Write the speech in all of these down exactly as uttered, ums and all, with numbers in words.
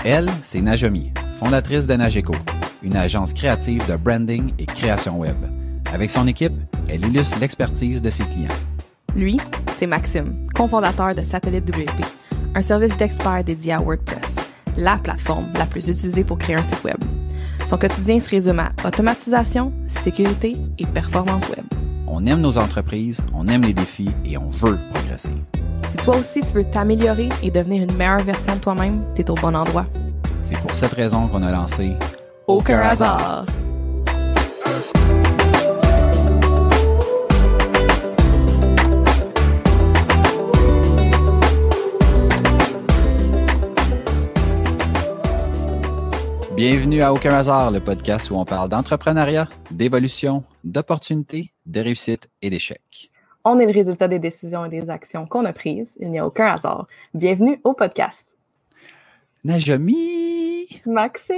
Elle, c'est Najomi, fondatrice de Nageco, une agence créative de branding et création web. Avec son équipe, elle illustre l'expertise de ses clients. Lui, c'est Maxime, cofondateur de Satellite W P, un service d'experts dédié à WordPress, la plateforme la plus utilisée pour créer un site web. Son quotidien se résume à automatisation, sécurité et performance web. On aime nos entreprises, on aime les défis et on veut progresser. Si toi aussi tu veux t'améliorer et devenir une meilleure version de toi-même, t'es au bon endroit. C'est pour cette raison qu'on a lancé Aucun hasard. Bienvenue à Aucun hasard, le podcast où on parle d'entrepreneuriat, d'évolution, d'opportunités, de réussite et d'échecs. On est le résultat des décisions et des actions qu'on a prises. Il n'y a aucun hasard. Bienvenue au podcast. Najomi! Maxime!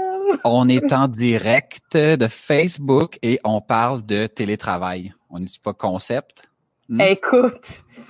On est en direct de Facebook et on parle de télétravail. On n'est pas concept? Hmm? Écoute!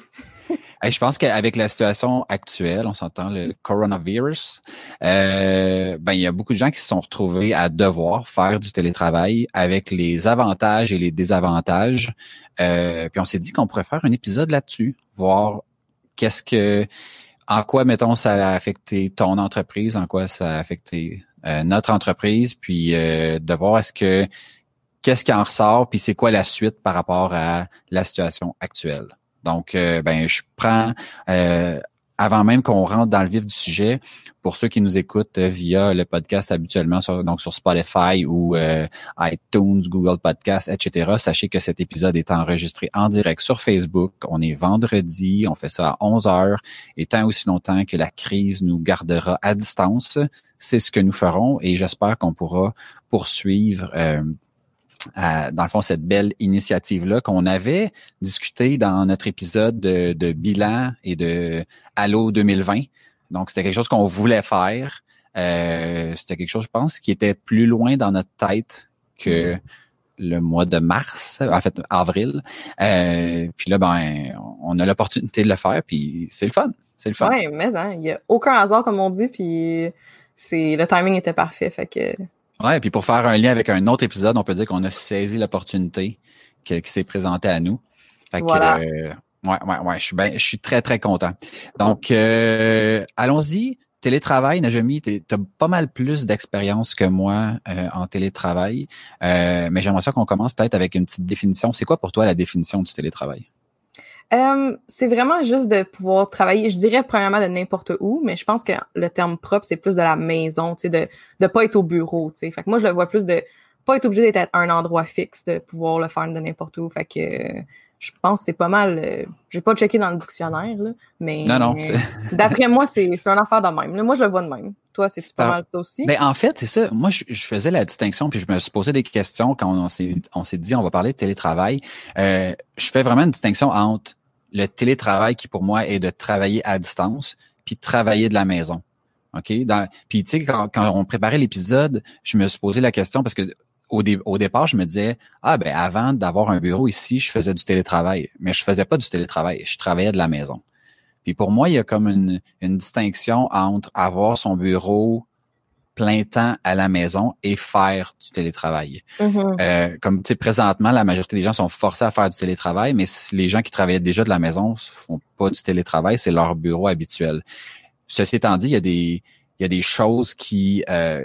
Hey, je pense qu'avec la situation actuelle, on s'entend le coronavirus, euh, ben il y a beaucoup de gens qui se sont retrouvés à devoir faire du télétravail avec les avantages et les désavantages. Euh, puis on s'est dit qu'on pourrait faire un épisode là-dessus, voir qu'est-ce que, en quoi mettons ça a affecté ton entreprise, en quoi ça a affecté euh, notre entreprise, puis euh, de voir est-ce que qu'est-ce qui en ressort, puis c'est quoi la suite par rapport à la situation actuelle. Donc, euh, ben, je prends, euh, avant même qu'on rentre dans le vif du sujet, pour ceux qui nous écoutent euh, via le podcast habituellement, sur, donc sur Spotify ou euh, iTunes, Google Podcast, et cetera, sachez que cet épisode est enregistré en direct sur Facebook. On est vendredi, on fait ça à onze heures, et tant aussi longtemps que la crise nous gardera à distance, c'est ce que nous ferons, et j'espère qu'on pourra poursuivre euh, À, dans le fond, cette belle initiative-là qu'on avait discuté dans notre épisode de, de bilan et de Allo deux mille vingt. Donc, c'était quelque chose qu'on voulait faire. Euh, c'était quelque chose, je pense, qui était plus loin dans notre tête que le mois de mars, en fait, avril. Euh, puis là, ben, on a l'opportunité de le faire, puis c'est le fun. C'est le fun. Oui, mais hein, il y a aucun hasard, comme on dit, puis c'est le timing était parfait, fait que... Ouais, puis pour faire un lien avec un autre épisode, on peut dire qu'on a saisi l'opportunité que, qui s'est présentée à nous. Fait voilà. que, euh, ouais, ouais, ouais, je suis ben, je suis très, très content. Donc, euh, allons-y. Télétravail, Najomi, tu as pas mal plus d'expérience que moi euh, en télétravail, euh, mais j'aimerais ça qu'on commence peut-être avec une petite définition. C'est quoi pour toi la définition du télétravail? Euh, c'est vraiment juste de pouvoir travailler, je dirais premièrement de n'importe où, mais je pense que le terme propre, c'est plus de la maison, tu sais, de de pas être au bureau, tu sais. Fait que moi, je le vois plus de pas être obligé d'être à un endroit fixe, de pouvoir le faire de n'importe où. Fait que euh, je pense que c'est pas mal, euh, j'ai pas checké dans le dictionnaire, là, mais Non, non. C'est... d'après moi, c'est, c'est une affaire de même. Là, moi, je le vois de même. Toi, c'est pas ah, mal ça aussi? Ben, en fait, c'est ça. Moi, je, je faisais la distinction, puis je me suis posé des questions quand on s'est, on s'est dit on va parler de télétravail. Euh, je fais vraiment une distinction entre le télétravail qui, pour moi, est de travailler à distance, puis de travailler de la maison. OK? Dans, puis, tu sais, quand, quand on préparait l'épisode, je me suis posé la question parce que au, dé, au départ, je me disais, ah, ben, avant d'avoir un bureau ici, je faisais du télétravail. Mais je faisais pas du télétravail. Je travaillais de la maison. Puis, pour moi, il y a comme une, une distinction entre avoir son bureau plein temps à la maison et faire du télétravail. Mm-hmm. Euh, comme tu sais, présentement, la majorité des gens sont forcés à faire du télétravail, mais les gens qui travaillaient déjà de la maison font pas du télétravail, c'est leur bureau habituel. Ceci étant dit, il y a des il y a des choses qui euh,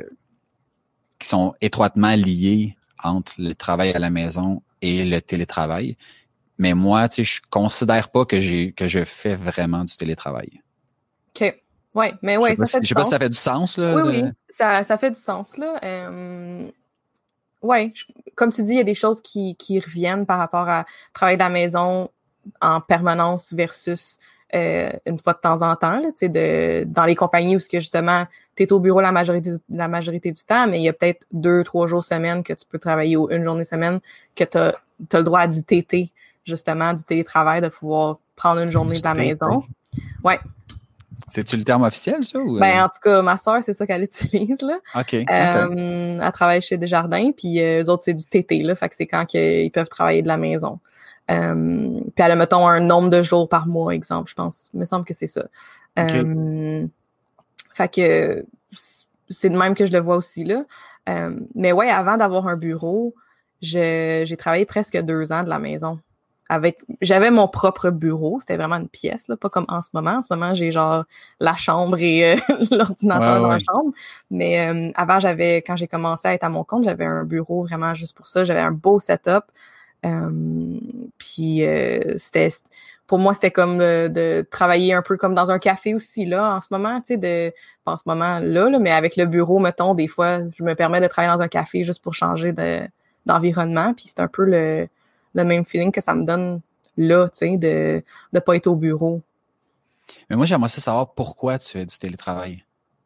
qui sont étroitement liées entre le travail à la maison et le télétravail. Mais moi, tu sais, je considère pas que j'ai que je fais vraiment du télétravail. OK. Ouais, mais ouais, je sais ça pas, fait si, je sais du pas sens. si ça fait du sens là. Oui, de... oui, ça, ça fait du sens là. Euh, ouais, je, comme tu dis, il y a des choses qui, qui reviennent par rapport à travailler de la maison en permanence versus euh, une fois de temps en temps. Tu sais, de dans les compagnies où ce que justement t'es au bureau la majorité du, la majorité du temps, mais il y a peut-être deux, trois jours semaine que tu peux travailler ou une journée semaine que t'as t'as le droit à du T T justement, du télétravail, de pouvoir prendre une journée de la maison. Ouais. C'est-tu le terme officiel, ça? Ou... Ben, en tout cas, ma sœur, c'est ça qu'elle utilise, là. OK. Euh, okay. Elle travaille chez Desjardins, puis euh, eux autres, c'est du T T, là. Fait que c'est quand qu'ils peuvent travailler de la maison. Euh, puis elle a, mettons, un nombre de jours par mois, exemple, je pense. Il me semble que c'est ça. Okay. Euh, Fait que c'est de même que je le vois aussi là. Euh, mais ouais, avant d'avoir un bureau, je, j'ai travaillé presque deux ans de la maison. Avec, j'avais mon propre bureau, c'était vraiment une pièce, là, pas comme en ce moment. En ce moment, j'ai genre la chambre et euh, l'ordinateur Ouais, dans la ouais. chambre. Mais euh, avant, j'avais, quand j'ai commencé à être à mon compte, j'avais un bureau vraiment juste pour ça. J'avais un beau setup. Euh, puis euh, c'était, pour moi, c'était comme de, de travailler un peu comme dans un café aussi là en ce moment, tu sais, de pas en ce moment là, là, mais avec le bureau, mettons, des fois, je me permets de travailler dans un café juste pour changer de d'environnement. Puis c'est un peu le le même feeling que ça me donne là, tu sais, de de pas être au bureau. Mais moi, j'aimerais ça savoir pourquoi tu fais du télétravail.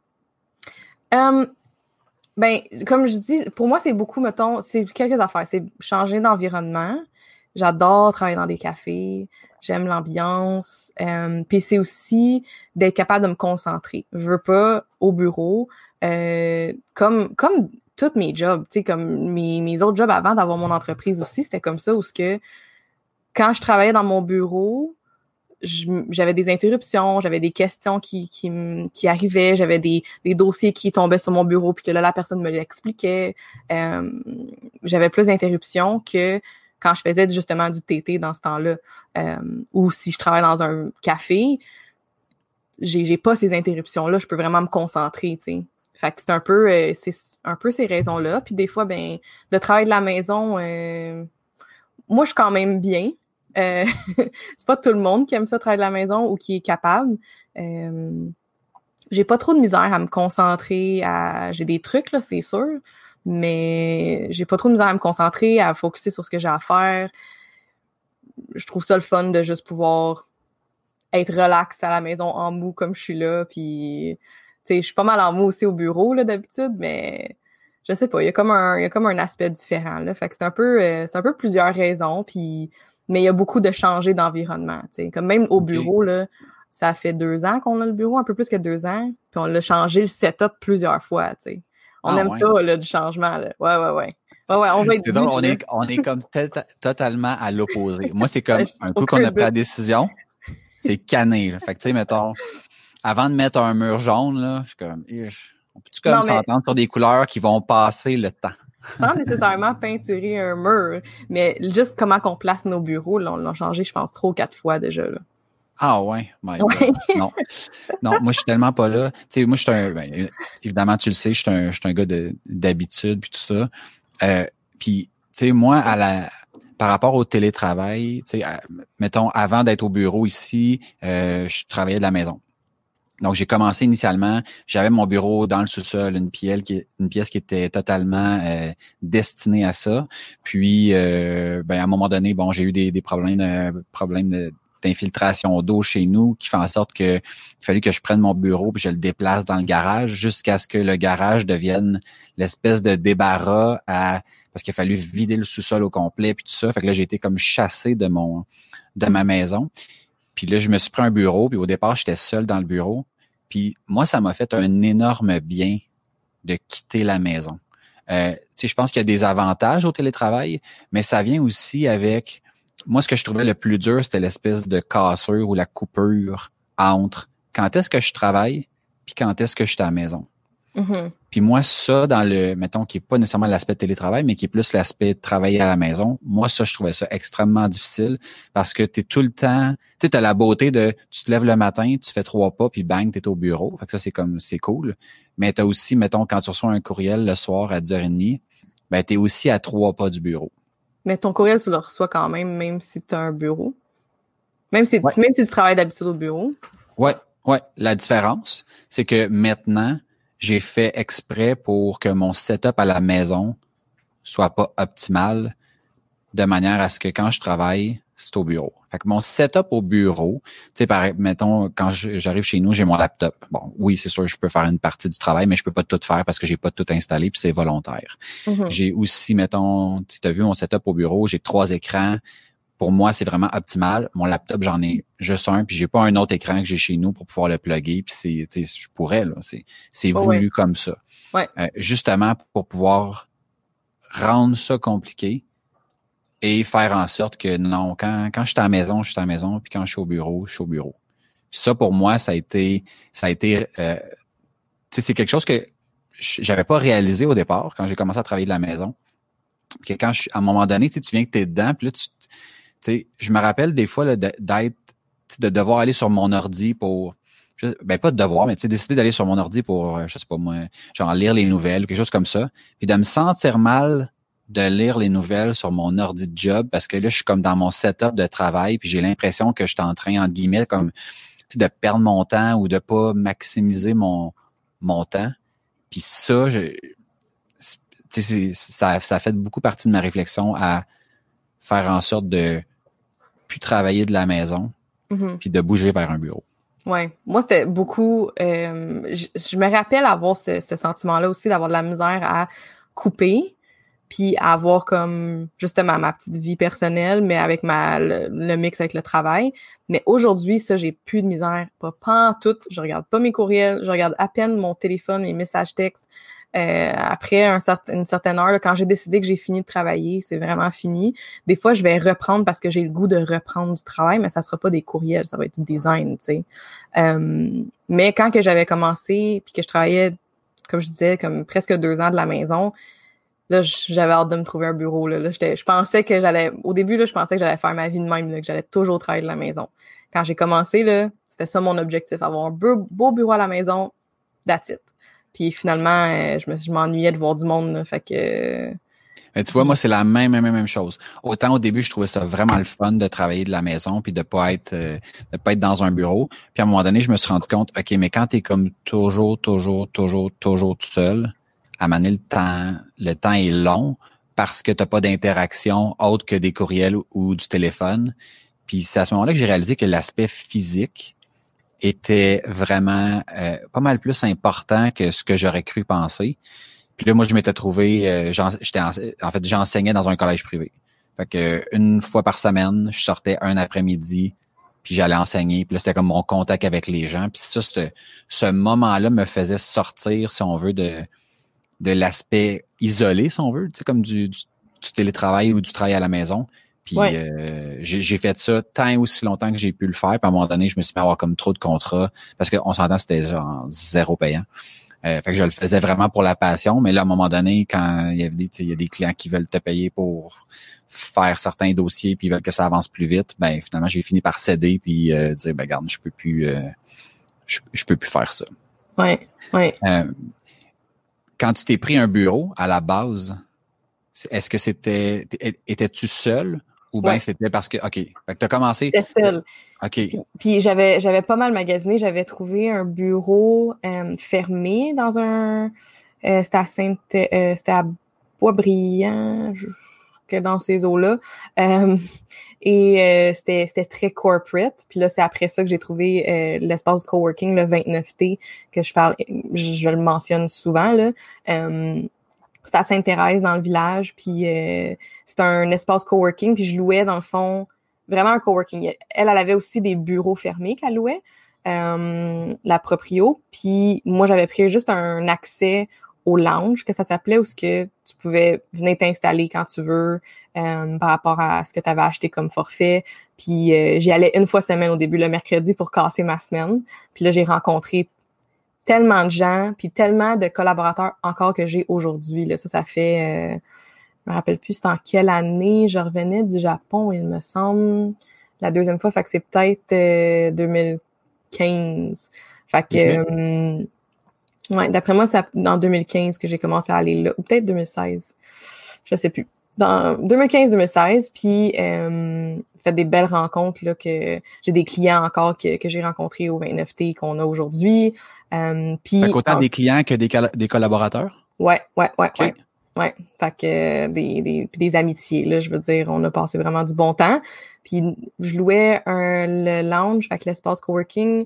Euh, ben, comme je dis, pour moi, c'est beaucoup, mettons, c'est quelques affaires. C'est changer d'environnement. J'adore travailler dans des cafés. J'aime l'ambiance. Euh, puis c'est aussi d'être capable de me concentrer. Je veux pas au bureau. Euh, comme comme tous mes jobs, tu sais, comme mes, mes autres jobs avant d'avoir mon entreprise aussi, c'était comme ça où ce que quand je travaillais dans mon bureau, je- j'avais des interruptions, j'avais des questions qui qui, qui arrivaient, j'avais des, des dossiers qui tombaient sur mon bureau puis que là la personne me l'expliquait. Euh, j'avais plus d'interruptions que quand je faisais justement du T T dans ce temps-là. Euh, ou si je travaille dans un café, j'ai j'ai pas ces interruptions-là, je peux vraiment me concentrer, tu sais. Fait que c'est un peu euh, c'est un peu ces raisons-là. Puis des fois, ben, le travail de la maison, euh, moi je suis quand même bien. Euh, c'est pas tout le monde qui aime ça travailler de la maison ou qui est capable. Euh, j'ai pas trop de misère à me concentrer. À... J'ai des trucs, là, c'est sûr, mais j'ai pas trop de misère à me concentrer, à focusser sur ce que j'ai à faire. Je trouve ça le fun de juste pouvoir être relax à la maison en mou comme je suis là. Puis, tu sais, je suis pas mal en mou aussi au bureau, là, d'habitude, mais je sais pas, il y a comme un, il y a comme un aspect différent, là. Fait que c'est un peu, euh, c'est un peu plusieurs raisons, puis, mais il y a beaucoup de changer d'environnement, tu sais. Comme même au OK. bureau, là, ça fait deux ans qu'on a le bureau, un peu plus que deux ans, puis on l'a changé le setup plusieurs fois, tu sais. On Ah aime ouais. ça, là, du changement, là. Ouais, ouais, ouais. Ouais, ouais, on va être C'est drôle, dû, on là. est, on est comme tel- totalement à l'opposé. Moi, c'est comme un coup qu'on Aucun a pris la doute. décision, c'est cané, là. Fait que, tu sais, mettons, avant de mettre un mur jaune, là, je suis comme, ich, on peut-tu comme Non, mais s'entendre sur des couleurs qui vont passer le temps? sans nécessairement peinturer un mur, mais juste comment qu'on place nos bureaux, là, on l'a changé, je pense, trois ou quatre fois déjà, là. Ah ouais, my Ouais. God. Non. Non, moi, je suis tellement pas là. Tu sais, moi, je suis un, ben, évidemment, tu le sais, je suis un, je suis un gars de, d'habitude puis tout ça. Euh, puis, tu sais, moi, à la, par rapport au télétravail, tu sais, à- mettons, avant d'être au bureau ici, euh, je travaillais de la maison. Donc, j'ai commencé initialement, j'avais mon bureau dans le sous-sol, une pièce qui, une pièce qui était totalement euh, destinée à ça. Puis, euh, ben, à un moment donné, bon, j'ai eu des, des problèmes, euh, problèmes de- d'infiltration d'eau chez nous, qui fait en sorte que il fallait que je prenne mon bureau puis je le déplace dans le garage jusqu'à ce que le garage devienne l'espèce de débarras à parce qu'il a fallu vider le sous-sol au complet puis tout ça. Fait que là, j'ai été comme chassé de mon de ma maison. Puis là, je me suis pris un bureau, puis au départ, j'étais seul dans le bureau. Puis moi, ça m'a fait un énorme bien de quitter la maison. Euh, tu sais, je pense qu'il y a des avantages au télétravail, mais ça vient aussi avec... Moi, ce que je trouvais le plus dur, c'était l'espèce de cassure ou la coupure entre quand est-ce que je travaille puis quand est-ce que je suis à la maison. Mhm. Puis moi, ça, dans le, mettons, qui est pas nécessairement l'aspect télétravail, mais qui est plus l'aspect de travailler à la maison, moi, ça, je trouvais ça extrêmement difficile parce que tu es tout le temps, tu sais, t'as la beauté de, tu te lèves le matin, tu fais trois pas, puis bang, t'es au bureau. Fait que ça, c'est comme, c'est cool. Mais t'as aussi, mettons, quand tu reçois un courriel le soir à dix heures trente, ben, t'es aussi à trois pas du bureau. Mais ton courriel, tu le reçois quand même, même si tu as un bureau. Même si, Ouais. même si tu travailles d'habitude au bureau. Ouais, ouais. La différence, c'est que maintenant, j'ai fait exprès pour que mon setup à la maison soit pas optimal de manière à ce que quand je travaille, c'est au bureau. Fait que mon setup au bureau, tu sais, par, mettons, quand je- j'arrive chez nous, j'ai mon laptop. Bon, oui, c'est sûr, je peux faire une partie du travail, mais je peux pas tout faire parce que j'ai pas tout installé puis c'est volontaire. Mhm. J'ai aussi, mettons, tu as vu mon setup au bureau, j'ai trois écrans. Pour moi, c'est vraiment optimal. Mon laptop, j'en ai juste un, puis j'ai pas un autre écran que j'ai chez nous pour pouvoir le plugger, puis c'est, tu sais, je pourrais, là, c'est, c'est Oh, voulu ouais. comme ça. Ouais. Euh, justement, pour pouvoir rendre ça compliqué et faire en sorte que non, quand, quand je suis à la maison, je suis à la maison, puis quand je suis au bureau, je suis au bureau. Puis ça, pour moi, ça a été, ça a été euh, sais, c'est quelque chose que j'avais pas réalisé au départ quand j'ai commencé à travailler de la maison. Que quand je, à un moment donné, tu viens que t'es dedans, puis là, tu sais, je me rappelle des fois là, d'être, de devoir aller sur mon ordi pour, je, ben pas de devoir, mais tu sais, décider d'aller sur mon ordi pour, je sais pas moi, genre lire les nouvelles ou quelque chose comme ça, puis de me sentir mal de lire les nouvelles sur mon ordi de job parce que là, je suis comme dans mon setup de travail, puis j'ai l'impression que je suis en train, entre guillemets, comme, tu sais, de perdre mon temps ou de pas maximiser mon, mon temps. Puis ça, je, tu sais, ça, ça fait beaucoup partie de ma réflexion à faire en sorte de plus travailler de la maison, mm-hmm. puis de bouger vers un bureau. Ouais, moi c'était beaucoup. Euh, je, je me rappelle avoir ce, ce sentiment-là aussi d'avoir de la misère à couper, puis à avoir comme justement ma petite vie personnelle, mais avec ma le, le mix avec le travail. Mais aujourd'hui, ça, j'ai plus de misère, pas pas en tout. Je regarde pas mes courriels, je regarde à peine mon téléphone, mes messages textes. Euh, après un certain, une certaine heure, là, quand j'ai décidé que j'ai fini de travailler, c'est vraiment fini. Des fois, je vais reprendre parce que j'ai le goût de reprendre du travail, mais ça sera pas des courriels, ça va être du design, tu sais. Euh, mais quand que j'avais commencé, puis que je travaillais, comme je disais, comme presque deux ans de la maison, là, j'avais hâte de me trouver un bureau. Là, là j'étais, je pensais que j'allais, au début, là, je pensais que j'allais faire ma vie de même, là, que j'allais toujours travailler de la maison. Quand j'ai commencé, là, c'était ça mon objectif, avoir un beau, beau bureau à la maison, that's it. Puis finalement, euh, je me je m'ennuyais de voir du monde, là, fait que... Mais tu vois, moi, c'est la même, même, même chose. Autant au début, je trouvais ça vraiment le fun de travailler de la maison puis de pas être euh, de pas être dans un bureau. Puis à un moment donné, je me suis rendu compte, OK, mais quand t'es comme toujours, toujours, toujours, toujours tout seul, à un moment donné, le temps, le temps est long parce que t'as pas d'interaction autre que des courriels ou, ou du téléphone. Puis c'est à ce moment-là que j'ai réalisé que l'aspect physique était vraiment euh, pas mal plus important que ce que j'aurais cru penser. Puis là, moi, je m'étais trouvé, euh, j'étais en, en fait, j'enseignais dans un collège privé. Fait que une fois par semaine, je sortais un après-midi, puis j'allais enseigner. Puis là, c'était comme mon contact avec les gens. Puis ça, ce, ce moment-là me faisait sortir, si on veut, de de l'aspect isolé, si on veut, tu sais, comme du, du, du télétravail ou du travail à la maison. Puis ouais. euh, j'ai, j'ai fait ça tant aussi longtemps que j'ai pu le faire. Puis à un moment donné, je me suis mis à avoir comme trop de contrats parce qu'on s'entend, c'était genre zéro payant. Euh, fait que je le faisais vraiment pour la passion. Mais là, à un moment donné, quand il y avait des, il y a des clients qui veulent te payer pour faire certains dossiers puis ils veulent que ça avance plus vite, ben finalement, j'ai fini par céder puis euh, dire, ben regarde, je peux plus, euh, je, je peux plus faire ça. Ouais, ouais. Euh, quand tu t'es pris un bureau à la base, est-ce que c'était, étais-tu seul? Ou bien ouais. c'était parce que, OK, fait que t'as commencé... J'étais seule. OK. Puis, puis j'avais j'avais pas mal magasiné. J'avais trouvé un bureau euh, fermé dans un... Euh, c'était à Sainte... Euh, c'était à Boisbriand, je, que dans ces eaux-là. Euh, et euh, c'était c'était très corporate. Puis là, c'est après ça que j'ai trouvé euh, l'espace coworking, le vingt-neuf T, que je parle... Je, je le mentionne souvent, là. Euh, C'était à Sainte-Thérèse, dans le village, puis euh, c'était un espace coworking, puis je louais, dans le fond, vraiment un coworking. Elle, elle avait aussi des bureaux fermés qu'elle louait, euh, la proprio, puis moi, j'avais pris juste un accès au lounge, que ça s'appelait, où ce que tu pouvais venir t'installer quand tu veux euh, par rapport à ce que tu avais acheté comme forfait. Puis euh, j'y allais une fois semaine au début, le mercredi, pour casser ma semaine. Puis là, j'ai rencontré tellement de gens, puis tellement de collaborateurs encore que j'ai aujourd'hui. Là, ça, ça fait... Euh, je me rappelle plus c'était en quelle année. Je revenais du Japon, il me semble, la deuxième fois. Fait que c'est peut-être euh, deux mille quinze. Fait que... Okay. Euh, ouais, d'après moi, c'est dans deux mille quinze que j'ai commencé à aller là. Ou peut-être deux mille seize. Je sais plus. Dans deux mille quinze deux mille seize, puis euh, fait des belles rencontres là, que j'ai des clients encore que, que j'ai rencontrés au vingt-neuf T qu'on a aujourd'hui. Euh, puis fait qu'autant des clients que des, des collaborateurs? Ouais, ouais, ouais, okay. ouais. Ouais. Fait que euh, des, des, des amitiés, là, je veux dire, on a passé vraiment du bon temps. Puis je louais un le lounge, fait que l'espace coworking,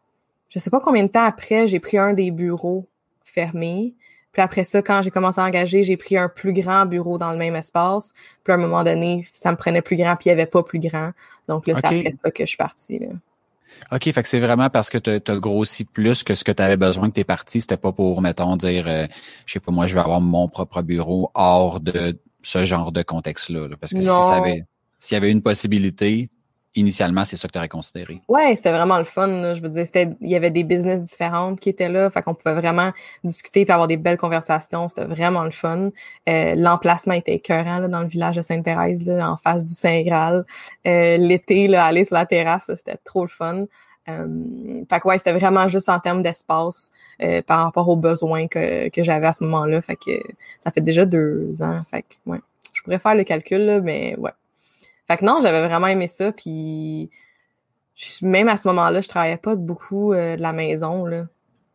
je sais pas combien de temps après, j'ai pris un des bureaux fermés. Puis après ça, quand j'ai commencé à engager, j'ai pris un plus grand bureau dans le même espace. Puis à un moment donné, ça me prenait plus grand, puis il n'y avait pas plus grand. Donc là, okay. c'est après ça que je suis partie. Là. OK, fait que c'est vraiment parce que tu as grossi plus que ce que tu avais besoin que tu es parti. C'était pas pour, mettons, dire, euh, je sais pas, moi, je vais avoir mon propre bureau hors de ce genre de contexte-là. Là, parce que non. si ça avait, s'il y avait une possibilité, initialement, c'est ça que tu aurais considéré. Ouais, c'était vraiment le fun, là. Je veux dire, c'était, il y avait des business différentes qui étaient là. Fait qu'on pouvait vraiment discuter puis avoir des belles conversations. C'était vraiment le fun. Euh, l'emplacement était écœurant, là, dans le village de Sainte-Thérèse, là, en face du Saint-Graal. Euh, l'été, là, aller sur la terrasse, là, c'était trop le fun. Euh, fait que ouais, c'était vraiment juste en termes d'espace euh, par rapport aux besoins que, que j'avais à ce moment-là. Fait que ça fait déjà deux ans. Fait que ouais, je pourrais faire le calcul, là, mais ouais. Fait que non, j'avais vraiment aimé ça. Puis même à ce moment-là, je travaillais pas beaucoup euh, de la maison, là.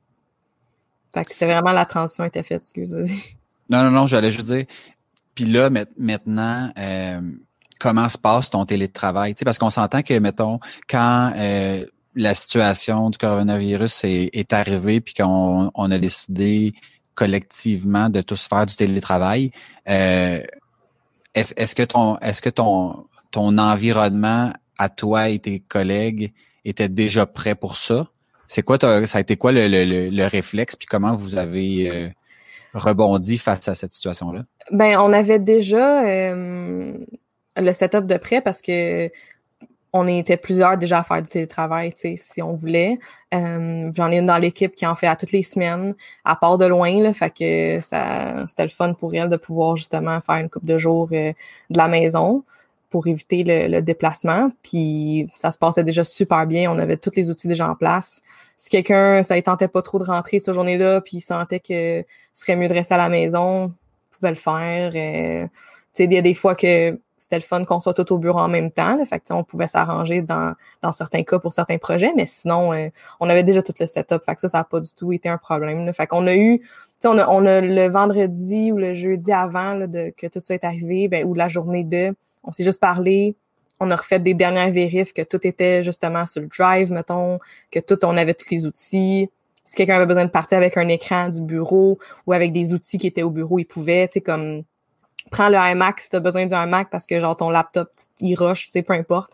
Fait que c'était vraiment la transition était faite, excuse, vas-y. Non, non, non, j'allais juste dire. Puis là, maintenant, euh, comment se passe ton télétravail? Tu sais, parce qu'on s'entend que, mettons, quand euh, la situation du coronavirus est, est arrivée, puis qu'on on a décidé collectivement de tous faire du télétravail, euh, est-ce, est-ce que ton est-ce que ton ton environnement à toi et tes collègues était déjà prêt pour ça? C'est quoi, ça a été quoi le, le, le réflexe, puis comment vous avez euh, rebondi face à cette situation-là? Ben, on avait déjà euh, le setup de prêt parce que on était plusieurs déjà à faire du télétravail, tu sais, si on voulait. Euh, j'en ai une dans l'équipe qui en fait à toutes les semaines, à part de loin, là, fait que ça, c'était le fun pour elle de pouvoir justement faire une couple de jours euh, de la maison pour éviter le, le déplacement. Puis ça se passait déjà super bien, on avait tous les outils déjà en place. Si quelqu'un, ça ne tentait pas trop de rentrer cette journée-là, puis il sentait que ce serait mieux de rester à la maison, pouvait le faire. Euh, tu sais, il y a des fois que c'était le fun qu'on soit tous au bureau en même temps. Là, fait que on pouvait s'arranger dans dans certains cas pour certains projets, mais sinon, euh, on avait déjà tout le setup. Fait que ça, ça n'a pas du tout été un problème. Là. Fait qu'on a eu, tu sais, on a, on a le vendredi ou le jeudi avant là, de que tout ça est arrivé, ben, ou la journée de, on s'est juste parlé. On a refait des dernières vérifs que tout était justement sur le drive, mettons, que tout, on avait tous les outils. Si quelqu'un avait besoin de partir avec un écran du bureau ou avec des outils qui étaient au bureau, il pouvait, tu sais, comme prends le iMac si t'as besoin d'un iMac parce que genre ton laptop il rush, tu sais, peu importe.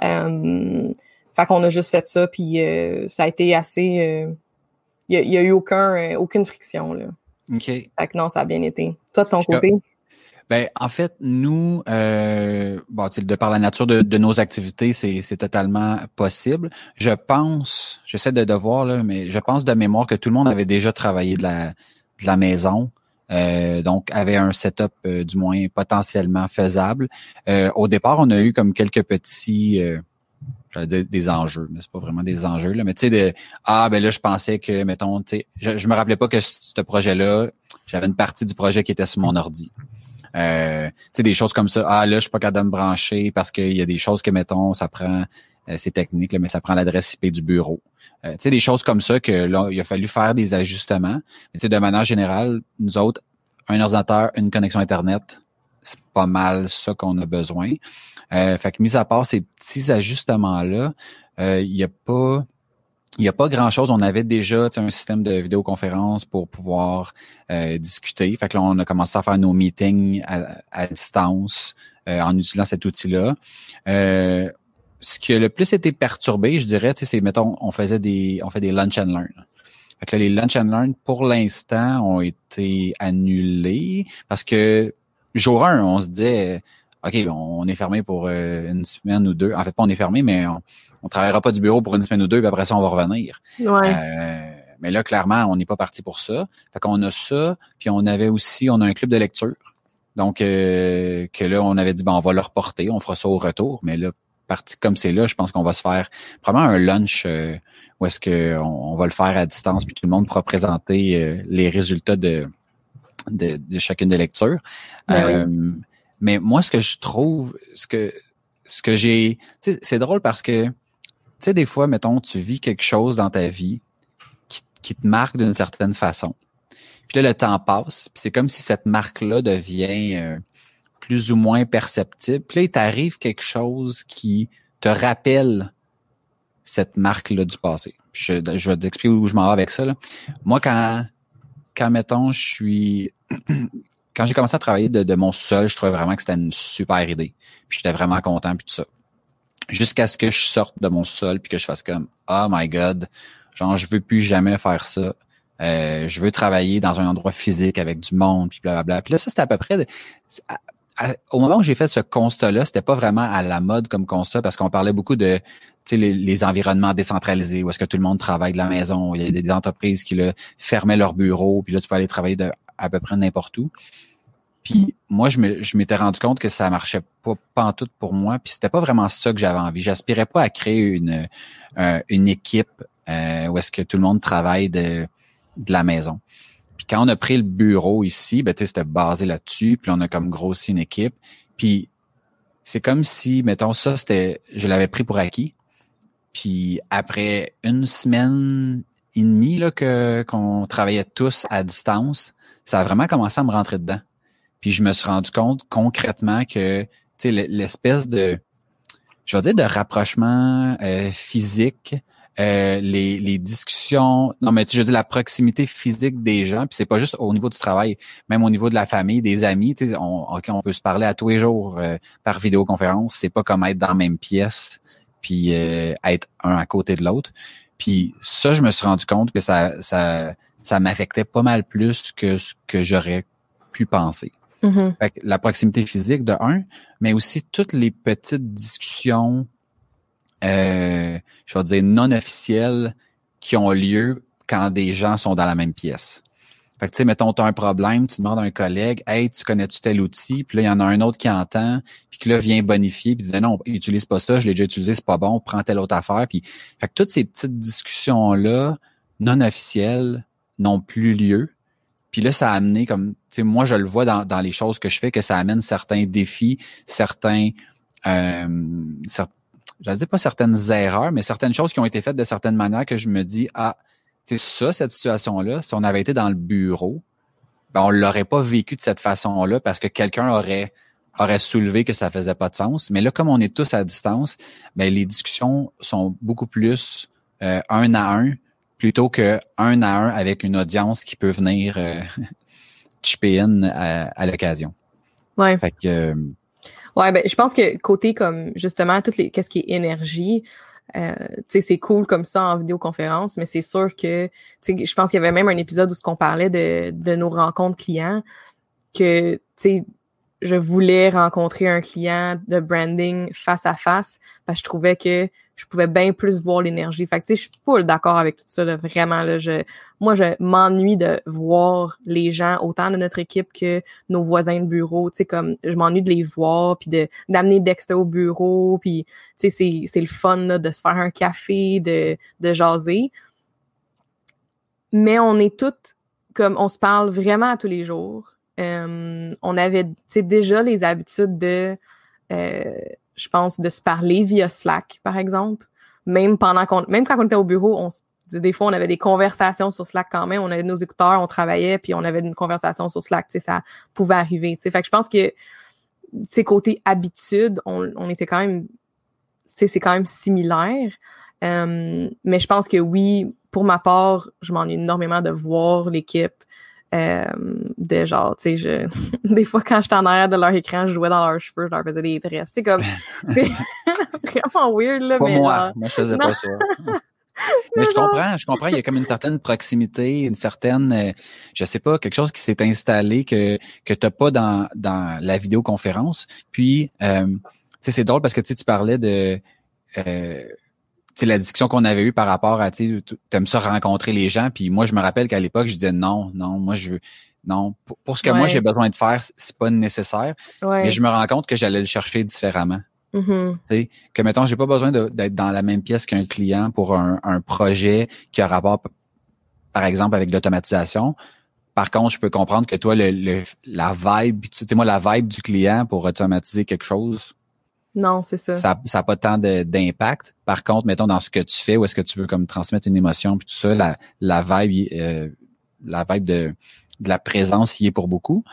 Euh, fait qu'on a juste fait ça, puis euh, ça a été assez. Euh, il y, a, y a eu aucun euh, aucune friction là. Ok. Fait que non, ça a bien été. Toi de ton côté? Ben en fait nous, euh, bon, tu sais, de par la nature de, de nos activités, c'est c'est totalement possible. Je pense, j'essaie de, de voir là, mais je pense de mémoire que tout le monde avait déjà travaillé de la de la maison. Euh, donc, avait un setup euh, du moins potentiellement faisable. Euh, au départ, on a eu comme quelques petits, euh, j'allais dire des enjeux, mais c'est pas vraiment des enjeux là. Mais tu sais, de ah ben là, je pensais que, mettons, tu sais, je, je me rappelais pas que ce projet-là, j'avais une partie du projet qui était sur mon ordi. Euh, tu sais, des choses comme ça. Ah là, je suis pas capable de me brancher parce qu'il y a des choses que, mettons, ça prend, euh, c'est technique là, mais ça prend l'adresse I P du bureau. Euh, tu sais, des choses comme ça que là, il a fallu faire des ajustements. Mais tu sais, de manière générale, nous autres, un ordinateur, une connexion Internet, c'est pas mal ça qu'on a besoin. Euh, fait que mis à part ces petits ajustements-là, euh, il y a pas il y a pas grand-chose. On avait déjà un système de vidéoconférence pour pouvoir euh, discuter. Fait que là, on a commencé à faire nos meetings à, à distance euh, en utilisant cet outil-là. Euh, ce qui a le plus été perturbé, je dirais, c'est, mettons, on faisait des, on fait des lunch and learn. Fait que là, les lunch and learn, pour l'instant, ont été annulés parce que jour un, on se disait, OK, on est fermé pour euh, une semaine ou deux. En fait, pas on est fermé, mais on, on travaillera pas du bureau pour une semaine ou deux, puis après ça, on va revenir. Ouais. Euh, mais là, clairement, on n'est pas parti pour ça. Fait qu'on a ça, puis on avait aussi, on a un club de lecture. Donc, euh, que là, on avait dit, ben, on va le reporter, on fera ça au retour. Mais là, parti comme c'est là, je pense qu'on va se faire probablement un lunch euh, où est-ce que on, on va le faire à distance, puis tout le monde pourra présenter euh, les résultats de, de, de chacune des lectures. Ben euh, oui. Mais moi, ce que je trouve, ce que ce que j'ai, tu sais, c'est drôle parce que, tu sais, des fois, mettons, tu vis quelque chose dans ta vie qui, qui te marque d'une certaine façon. Puis là, le temps passe, puis c'est comme si cette marque-là devient euh, plus ou moins perceptible. Puis là, il t'arrive quelque chose qui te rappelle cette marque-là du passé. Puis je, je vais t'expliquer où je m'en vais avec ça, là. Moi, quand, quand, mettons, je suis... Quand j'ai commencé à travailler de, de mon sol, je trouvais vraiment que c'était une super idée. Puis j'étais vraiment content, puis tout ça. Jusqu'à ce que je sorte de mon sol, puis que je fasse comme « Oh my God! » Genre, je veux plus jamais faire ça. Euh, je veux travailler dans un endroit physique avec du monde, puis blablabla. Puis là, ça, c'était à peu près... De, à, à, au moment où j'ai fait ce constat-là, c'était pas vraiment à la mode comme constat parce qu'on parlait beaucoup de, tu sais, les, les environnements décentralisés où est-ce que tout le monde travaille de la maison. Il y a des, des entreprises qui là, fermaient leurs bureaux, puis là tu peux aller travailler de à peu près n'importe où. Puis moi, je me, je m'étais rendu compte que ça marchait pas, pas en tout pour moi. Puis c'était pas vraiment ça que j'avais envie. J'aspirais pas à créer une, euh, une équipe euh, où est-ce que tout le monde travaille de, de la maison. Puis quand on a pris le bureau ici, ben tu sais, c'était basé là-dessus. Puis on a comme grossi une équipe. Puis c'est comme si, mettons, ça, c'était, je l'avais pris pour acquis. Puis après une semaine et demie là que qu'on travaillait tous à distance, ça a vraiment commencé à me rentrer dedans. Puis je me suis rendu compte concrètement que, tu sais, l'espèce de, je vais dire, de rapprochement euh, physique, euh, les, les discussions, non mais tu sais, je veux dire, la proximité physique des gens, puis c'est pas juste au niveau du travail, même au niveau de la famille, des amis, tu sais, on, ok, on peut se parler à tous les jours euh, par vidéoconférence, c'est pas comme être dans la même pièce, puis euh, être un à côté de l'autre. Puis ça, je me suis rendu compte que ça, ça, ça m'affectait pas mal plus que ce que j'aurais pu penser. Mm-hmm. Fait que la proximité physique de un, mais aussi toutes les petites discussions, euh, je vais dire non officielles, qui ont lieu quand des gens sont dans la même pièce. Fait que tu sais, mettons, t'as un problème, tu demandes à un collègue, hey, tu connais-tu tel outil? Puis là, il y en a un autre qui entend, puis qui là vient bonifier, puis disait non, utilise pas ça, je l'ai déjà utilisé, c'est pas bon, prends telle autre affaire. Puis, fait que toutes ces petites discussions là, non officielles, n'ont plus lieu. Puis là, ça a amené comme, tu sais, moi, je le vois dans, dans les choses que je fais, que ça amène certains défis, certains, euh, cer- je ne dis pas certaines erreurs, mais certaines choses qui ont été faites de certaines manières que je me dis, ah, tu sais, ça, cette situation-là, si on avait été dans le bureau, ben, on l'aurait pas vécu de cette façon-là parce que quelqu'un aurait, aurait soulevé que ça faisait pas de sens. Mais là, comme on est tous à distance, ben, les discussions sont beaucoup plus euh, un à un, plutôt que un à un avec une audience qui peut venir euh, chipper in à, à l'occasion. Ouais. Fait que euh, ouais, ben je pense que côté comme justement toutes les qu'est-ce qui est énergie, euh, tu sais c'est cool comme ça en vidéoconférence, mais c'est sûr que tu sais je pense qu'il y avait même un épisode où ce qu'on parlait de de nos rencontres clients que tu sais je voulais rencontrer un client de branding face à face parce que je trouvais que je pouvais bien plus voir l'énergie. Fait que tu sais, je suis full d'accord avec tout ça, là, vraiment, là, je, moi, je m'ennuie de voir les gens, autant de notre équipe que nos voisins de bureau, tu sais, comme, je m'ennuie de les voir, puis de, d'amener Dexter au bureau, puis tu sais, c'est, c'est le fun, là, de se faire un café, de, de jaser. Mais on est toutes, comme, on se parle vraiment à tous les jours. Euh, on avait, tu sais, déjà les habitudes de, euh, je pense, de se parler via Slack, par exemple. Même pendant qu'on, même quand on était au bureau, on, des fois, on avait des conversations sur Slack quand même. On avait nos écouteurs, on travaillait, puis on avait une conversation sur Slack. Tu sais, ça pouvait arriver. Tu sais, fait que je pense que, tu sais, côté habitude, on, on était quand même, tu sais, c'est quand même similaire. Euh, mais je pense que oui, pour ma part, je m'ennuie énormément de voir l'équipe. Euh, de genre, tu sais, je des fois quand j'étais en arrière de leur écran, je jouais dans leurs cheveux, je leur faisais des tresses. C'est comme, c'est vraiment weird, là, pas mais moi, genre, moi je faisais non. pas ça. Mais je comprends, je comprends, il y a comme une certaine proximité, une certaine, euh, je sais pas, quelque chose qui s'est installé que que t'as pas dans dans la vidéoconférence. Puis, euh, tu sais, c'est drôle parce que tu sais, tu parlais de euh, tu sais, la discussion qu'on avait eue par rapport à, tu sais, t'aimes ça rencontrer les gens, puis moi, je me rappelle qu'à l'époque, je disais non, non, moi, je veux, non, pour, pour ce que Ouais. moi, j'ai besoin de faire, c'est pas nécessaire, Ouais. mais je me rends compte que j'allais le chercher différemment. Mm-hmm. Tu sais, que, mettons, j'ai pas besoin de, d'être dans la même pièce qu'un client pour un, un projet qui a rapport, par exemple, avec l'automatisation. Par contre, je peux comprendre que toi, le, le la vibe, tu sais, moi, la vibe du client pour automatiser quelque chose, Non, c'est ça. Ça ça a pas tant de, d'impact. Par contre, mettons dans ce que tu fais, où est-ce que tu veux comme transmettre une émotion puis tout ça, la la vibe euh, la vibe de de la présence y est pour beaucoup.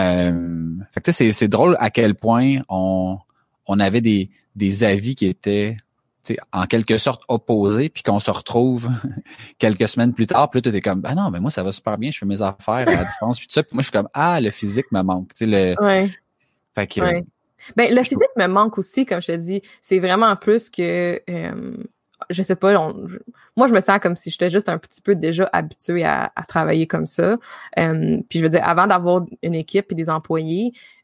Euh, fait que tu sais c'est c'est drôle à quel point on on avait des des avis qui étaient tu sais en quelque sorte opposés puis qu'on se retrouve quelques semaines plus tard, puis là tu es comme ah non, mais moi ça va super bien, je fais mes affaires à distance puis tout ça, puis moi je suis comme ah le physique me manque, tu sais le Ouais. fait que Ouais. Ben le physique me manque aussi, comme je te dis, c'est vraiment plus que euh, je sais pas, on, je, moi je me sens comme si j'étais juste un petit peu déjà habituée à, à travailler comme ça. Euh, puis je veux dire, avant d'avoir une équipe et des employés,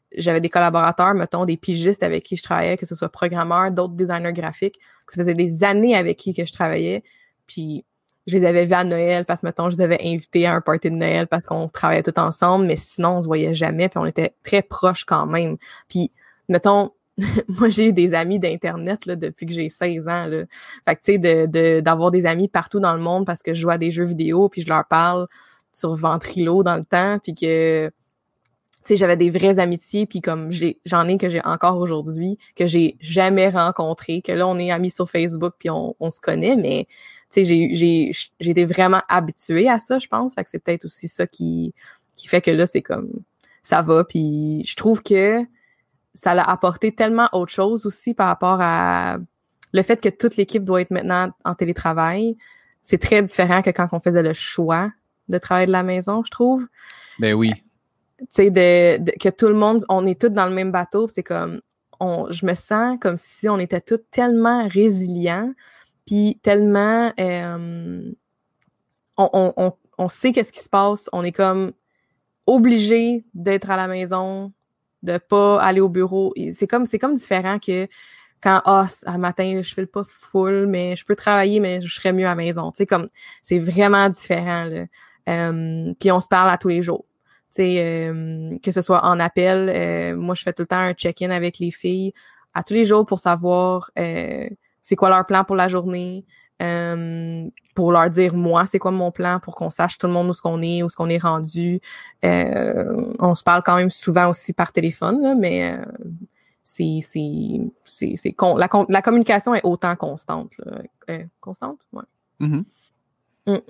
j'avais des collaborateurs, mettons, des pigistes avec qui je travaillais, que ce soit programmeurs, d'autres designers graphiques, que ça faisait des années avec qui que je travaillais, puis je les avais vus à Noël parce que, mettons, je les avais invités à un party de Noël parce qu'on travaillait tout ensemble, mais sinon, on se voyait jamais, puis on était très proches quand même. Puis, mettons, moi, j'ai eu des amis d'Internet là, depuis que j'ai seize ans. Là. Fait que, tu sais, de, de, d'avoir des amis partout dans le monde parce que je joue à des jeux vidéo, puis je leur parle sur Ventrilo dans le temps, puis que, tu sais, j'avais des vraies amitiés, puis comme j'ai j'en ai que j'ai encore aujourd'hui, que j'ai jamais rencontré, que là, on est amis sur Facebook, puis on, on se connaît, mais... Tu sais, j'ai, j'ai, j'ai été vraiment habituée à ça, je pense. Fait que c'est peut-être aussi ça qui, qui fait que là, c'est comme, ça va. Puis je trouve que ça l'a apporté tellement autre chose aussi par rapport à le fait que toute l'équipe doit être maintenant en télétravail. C'est très différent que quand on faisait le choix de travailler de la maison, je trouve. Ben oui. Tu sais, de, de, que tout le monde, on est tous dans le même bateau. C'est comme, on, je me sens comme si on était tous tellement résilients. Puis tellement, euh, on, on, on, on sait qu'est-ce qui se passe. On est comme obligé d'être à la maison, de pas aller au bureau. C'est comme, c'est comme différent que quand, ah, oh, un matin, je fais le pas full, mais je peux travailler, mais je serais mieux à la maison. Tu sais, comme, c'est vraiment différent, là. Euh, puis on se parle à tous les jours. Tu sais, euh, que ce soit en appel, euh, moi, je fais tout le temps un check-in avec les filles à tous les jours pour savoir, euh, c'est quoi leur plan pour la journée, euh, pour leur dire, moi, c'est quoi mon plan, pour qu'on sache tout le monde où ce qu'on est, où ce qu'on est rendu. Euh, on se parle quand même souvent aussi par téléphone, là, mais euh, c'est c'est c'est c'est con, la la communication est autant constante, là. Euh, constante, ouais. Mm-hmm. Mm.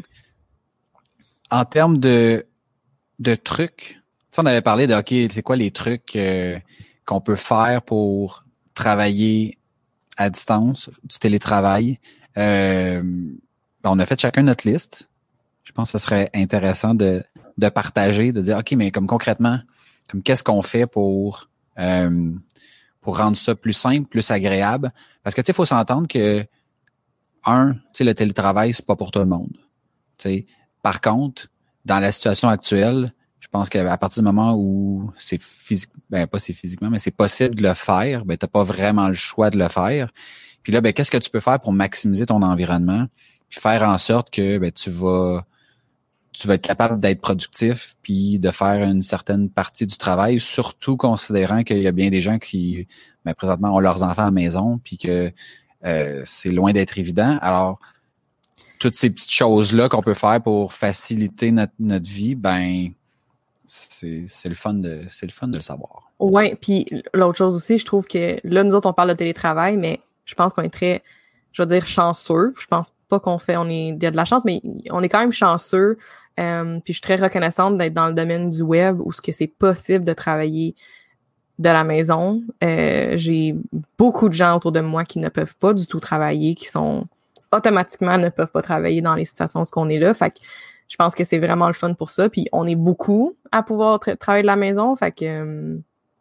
En termes de de trucs, tu sais, on avait parlé de ok, c'est quoi les trucs euh, qu'on peut faire pour travailler à distance, du télétravail. Euh, on a fait chacun notre liste. Je pense que ce serait intéressant de, de partager, de dire, OK, mais comme concrètement, comme qu'est-ce qu'on fait pour euh, pour rendre ça plus simple, plus agréable? Parce que, tu sais, il faut s'entendre que, un, tu sais, le télétravail, c'est pas pour tout le monde. Tu sais. Par contre, dans la situation actuelle, je pense qu'à partir du moment où c'est physique, ben pas c'est physiquement, mais c'est possible de le faire, ben t'as pas vraiment le choix de le faire. Puis là, ben qu'est-ce que tu peux faire pour maximiser ton environnement, puis faire en sorte que ben tu vas tu vas être capable d'être productif, puis de faire une certaine partie du travail, surtout considérant qu'il y a bien des gens qui, ben présentement, ont leurs enfants à la maison, puis que euh, c'est loin d'être évident. Alors toutes ces petites choses-là qu'on peut faire pour faciliter notre, notre vie, ben c'est, c'est le fun de c'est le fun de le savoir. Ouais, puis l'autre chose aussi, je trouve que là, nous autres, on parle de télétravail, mais je pense qu'on est très, je veux dire, chanceux. Je pense pas qu'on fait, on est, il y a de la chance, mais on est quand même chanceux. Euh, puis je suis très reconnaissante d'être dans le domaine du web où ce que c'est possible de travailler de la maison. Euh, j'ai beaucoup de gens autour de moi qui ne peuvent pas du tout travailler, qui sont automatiquement ne peuvent pas travailler dans les situations où on est là. Fait que je pense que c'est vraiment le fun pour ça. Puis on est beaucoup à pouvoir tra- travailler de la maison. Fait que euh,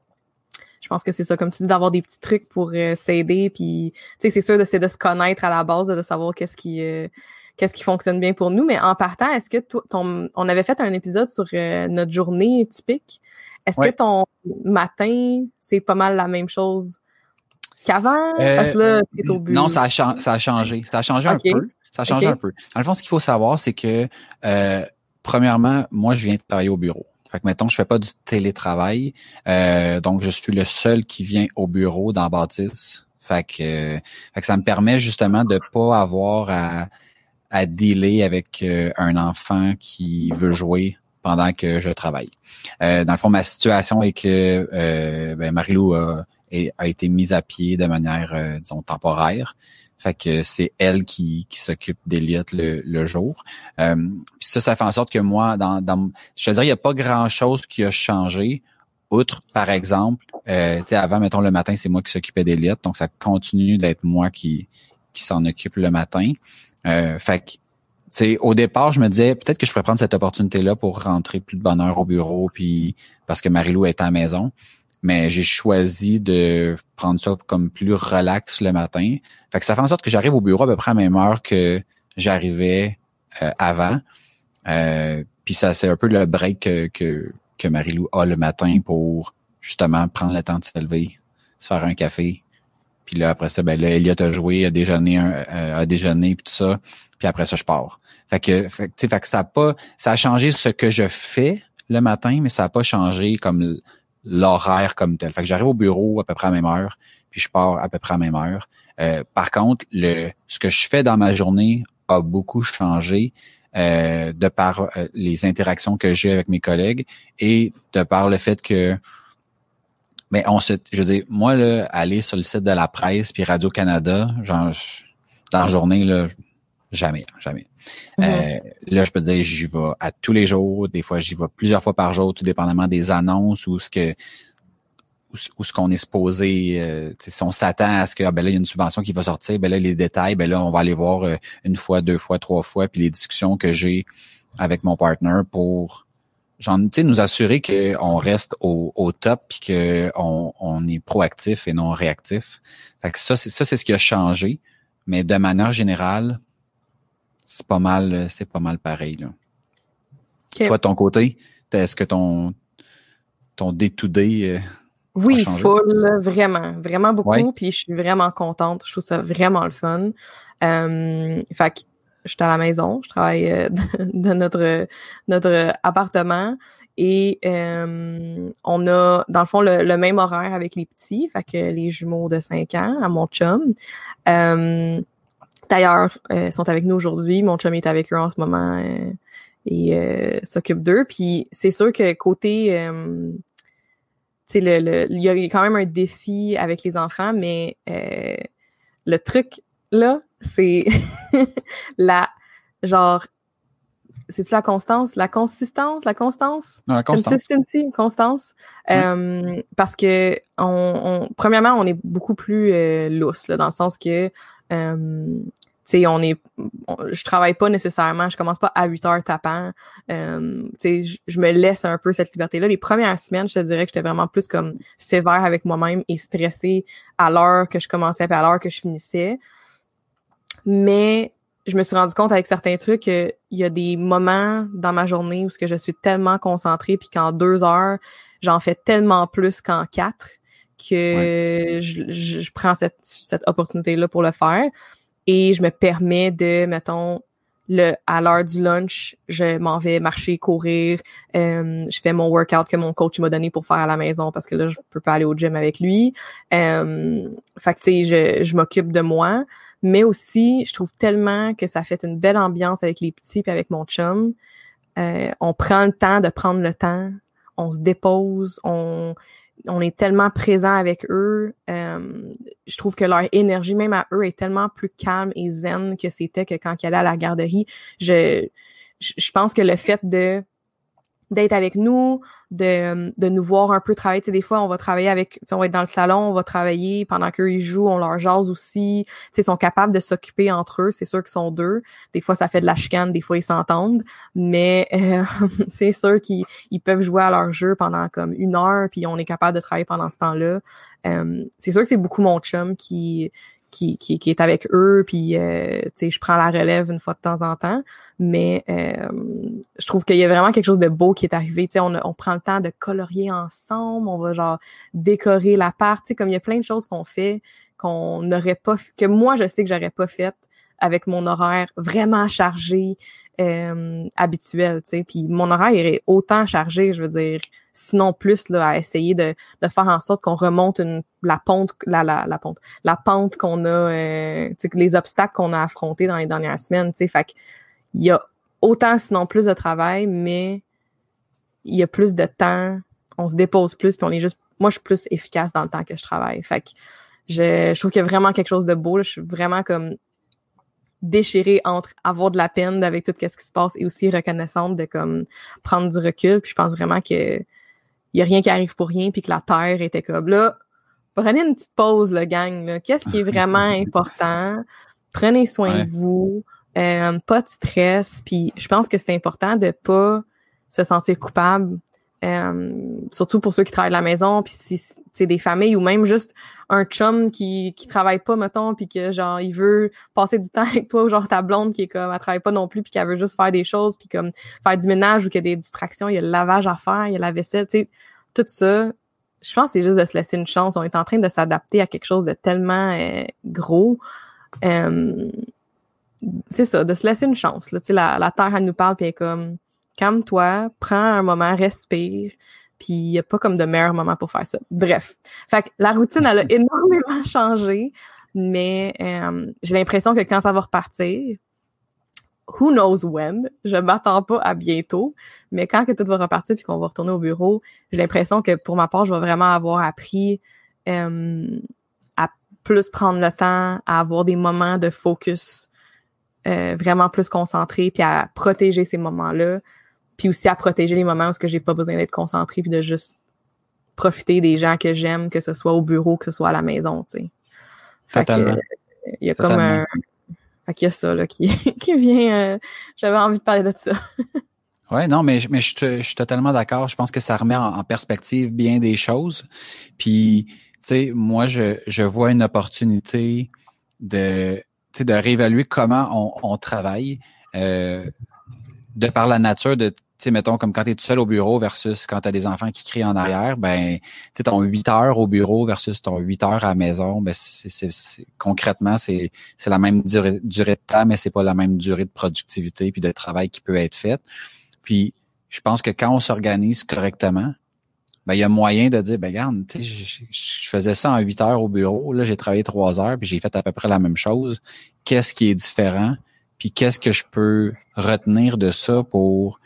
je pense que c'est ça, comme tu dis, d'avoir des petits trucs pour euh, s'aider. Puis tu sais, c'est sûr de, c'est de se connaître à la base, de savoir qu'est-ce qui euh, qu'est-ce qui fonctionne bien pour nous. Mais en partant, est-ce que toi, ton, on avait fait un épisode sur euh, notre journée typique. Est-ce ouais. que ton matin, c'est pas mal la même chose qu'avant? Euh, Parce que là, t'es au but. Non, ça a, cha- ça a changé. Ça a changé okay. un peu. Ça a changé okay. un peu. Dans le fond, ce qu'il faut savoir, c'est que, euh, premièrement, moi, je viens de travailler au bureau. Fait que, mettons, je fais pas du télétravail. Euh, donc, je suis le seul qui vient au bureau dans Bâtisse. Fait que, euh, fait que ça me permet justement de pas avoir à, à dealer avec euh, un enfant qui veut jouer pendant que je travaille. Euh, dans le fond, ma situation est que euh, ben, Marie-Lou a, a été mise à pied de manière, euh, disons, temporaire. Fait que c'est elle qui, qui s'occupe d'Eliott le, le jour. Euh, puis ça, ça fait en sorte que moi, dans, dans je te dirais, il n'y a pas grand-chose qui a changé, outre, par exemple, euh, tu sais, avant, mettons, le matin, c'est moi qui s'occupais d'Eliott, donc ça continue d'être moi qui, qui s'en occupe le matin. Euh, fait que sais, au départ, je me disais peut-être que je pourrais prendre cette opportunité-là pour rentrer plus de bonne heure au bureau, puis parce que Marie-Lou est à la maison. Mais j'ai choisi de prendre ça comme plus relax le matin. Fait que ça fait en sorte que j'arrive au bureau à peu près à la même heure que j'arrivais euh, avant. Euh, puis ça, c'est un peu le break que, que, que Marie-Lou a le matin pour justement prendre le temps de se lever, se faire un café. Puis là, après ça, ben là, Elliot a joué, a déjeuné, un, a déjeuné, puis tout ça. Puis après ça, je pars. Fait que, fait, tu sais, fait que ça a pas, ça a changé ce que je fais le matin, mais ça a pas changé comme l'horaire comme tel. Fait que j'arrive au bureau à peu près à la même heure, puis je pars à peu près à la même heure. Euh, par contre, le, ce que je fais dans ma journée a beaucoup changé euh, de par euh, les interactions que j'ai avec mes collègues et de par le fait que mais on se, je veux dire, moi, là, aller sur le site de la presse puis Radio-Canada, genre, je- dans la journée, là, jamais, jamais. Mm-hmm. Euh, là, je peux te dire, j'y vais à tous les jours. Des fois, j'y vais plusieurs fois par jour, tout dépendamment des annonces ou ce que, ou, ce- ou ce qu'on est supposé, euh, tu sais, si on s'attend à ce que, ah, ben là, il y a une subvention qui va sortir, ben là, les détails, ben là, on va aller voir euh, une fois, deux fois, trois fois, puis les discussions que j'ai avec mon partner pour genre, tu sais, nous assurer qu'on reste au, au top puis qu'on on est proactif et non réactif. Fait que ça, c'est ça, c'est ce qui a changé. Mais de manière générale, c'est pas mal, c'est pas mal pareil, là. Okay. Toi, de ton côté, est-ce que ton ton day-to-day euh, Oui, a changé? full, vraiment, vraiment beaucoup. Ouais. Puis je suis vraiment contente. Je trouve ça vraiment le fun. Euh, fait que je suis à la maison, je travaille euh, de notre notre appartement et euh, on a dans le fond le, le même horaire avec les petits, fait que les jumeaux de cinq ans à mon chum. Euh, d'ailleurs, euh, sont avec nous aujourd'hui. Mon chum est avec eux en ce moment euh, et euh, s'occupe d'eux. Puis c'est sûr que côté euh, tu sais, le, le, il y a quand même un défi avec les enfants, mais euh, le truc, là, c'est la, genre, c'est-tu la constance? La consistance? La constance? Non, la constance. Consistency? Constance? Ouais. Euh, parce que, on, on, premièrement, on est beaucoup plus euh, lousse, là, dans le sens que, euh, tu sais, on est, on, je travaille pas nécessairement, je commence pas à huit heures tapant. Euh, tu sais, je, je me laisse un peu cette liberté-là. Les premières semaines, je te dirais que j'étais vraiment plus comme sévère avec moi-même et stressée à l'heure que je commençais et à l'heure que je finissais. Mais je me suis rendu compte avec certains trucs qu'il y a des moments dans ma journée où ce que je suis tellement concentrée puis qu'en deux heures, j'en fais tellement plus qu'en quatre que ouais. je, je, je prends cette, cette opportunité-là pour le faire. Et je me permets de, mettons, le à l'heure du lunch, je m'en vais marcher, courir, euh, je fais mon workout que mon coach m'a donné pour faire à la maison parce que là, je peux pas aller au gym avec lui. Euh, fait que, tu sais, je, je m'occupe de moi. Mais aussi, je trouve tellement que ça fait une belle ambiance avec les petits puis avec mon chum. Euh, on prend le temps de prendre le temps. On se dépose, on... on est tellement présent avec eux. Euh, je trouve que leur énergie, même à eux, est tellement plus calme et zen que c'était que quand ils allaient à la garderie. Je, je pense que le fait de d'être avec nous, de de nous voir un peu travailler. Tu sais, des fois, on va travailler avec, tu sais, on va être dans le salon, on va travailler pendant qu'eux, ils jouent, on leur jase aussi. Tu sais, ils sont capables de s'occuper entre eux. C'est sûr qu'ils sont deux. Des fois, ça fait de la chicane, des fois, ils s'entendent. Mais euh, c'est sûr qu'ils ils peuvent jouer à leur jeu pendant comme une heure, puis on est capable de travailler pendant ce temps-là. Euh, c'est sûr que c'est beaucoup mon chum qui... Qui, qui, qui est avec eux, puis euh, tu sais, je prends la relève une fois de temps en temps, mais euh, je trouve qu'il y a vraiment quelque chose de beau qui est arrivé. Tu sais, on, on prend le temps de colorier ensemble, on va genre décorer l'appart, tu sais, comme il y a plein de choses qu'on fait qu'on n'aurait pas, que moi je sais que j'aurais pas fait avec mon horaire vraiment chargé euh, habituel, tu sais. Puis mon horaire est autant chargé, je veux dire, sinon plus là à essayer de de faire en sorte qu'on remonte une la pente la la la pente la pente qu'on a euh, tu sais, les obstacles qu'on a affrontés dans les dernières semaines, tu sais. Fait que il y a autant sinon plus de travail, mais il y a plus de temps, on se dépose plus, puis on est juste, moi je suis plus efficace dans le temps que je travaille. Fait que je je trouve qu'il y a vraiment quelque chose de beau là. Je suis vraiment comme déchirée entre avoir de la peine avec tout ce qui se passe et aussi reconnaissante de comme prendre du recul. Puis je pense vraiment que il y a rien qui arrive pour rien, puis que la terre était comme là, prenez une petite pause, le gang, là. Qu'est-ce qui est vraiment important? Prenez soin ouais. de vous, euh, pas de stress. Puis je pense que c'est important de pas se sentir coupable, euh, surtout pour ceux qui travaillent à la maison, puis si c'est des familles ou même juste un chum qui qui travaille pas, mettons, puis que genre il veut passer du temps avec toi, ou genre ta blonde qui est comme elle travaille pas non plus, puis qu'elle veut juste faire des choses, puis comme faire du ménage ou qu'il y a des distractions, il y a le lavage à faire, il y a la vaisselle, tu sais, tout ça, je pense que c'est juste de se laisser une chance. On est en train de s'adapter à quelque chose de tellement euh, gros. Euh, c'est ça, de se laisser une chance. Là. Tu sais, la, la Terre, elle nous parle, puis elle est comme, calme-toi, prends un moment, respire, puis il n'y a pas comme de meilleur moment pour faire ça. Bref. Fait que la routine, elle a énormément changé, mais euh, j'ai l'impression que quand ça va repartir, who knows when, je m'attends pas à bientôt, mais quand que tout va repartir puis qu'on va retourner au bureau, j'ai l'impression que pour ma part, je vais vraiment avoir appris euh, à plus prendre le temps, à avoir des moments de focus euh, vraiment plus concentrés, puis à protéger ces moments-là, puis aussi à protéger les moments où ce que j'ai pas besoin d'être concentré puis de juste profiter des gens que j'aime, que ce soit au bureau, que ce soit à la maison, tu sais. Fait Totalement. que il y a Totalement. comme un Fait qu'il y a ça là, qui, qui vient... Euh, j'avais envie de parler de ça. Ouais, non, mais, mais je, je suis totalement d'accord. Je pense que ça remet en, en perspective bien des choses. Puis, tu sais, moi, je, je vois une opportunité de, tu sais, de réévaluer comment on, on travaille euh, de par la nature de, tu sais, mettons, comme quand tu es tout seul au bureau versus quand tu as des enfants qui crient en arrière, ben, tu sais, ton huit heures au bureau versus ton huit heures à la maison, ben, c'est, c'est, c'est concrètement, c'est, c'est la même durée, durée de temps, mais c'est pas la même durée de productivité puis de travail qui peut être faite. Puis, je pense que quand on s'organise correctement, ben, il y a moyen de dire, ben, regarde, tu sais, je, je faisais ça en huit heures au bureau, là, j'ai travaillé trois heures puis j'ai fait à peu près la même chose. Qu'est-ce qui est différent? Puis, qu'est-ce que je peux retenir de ça pour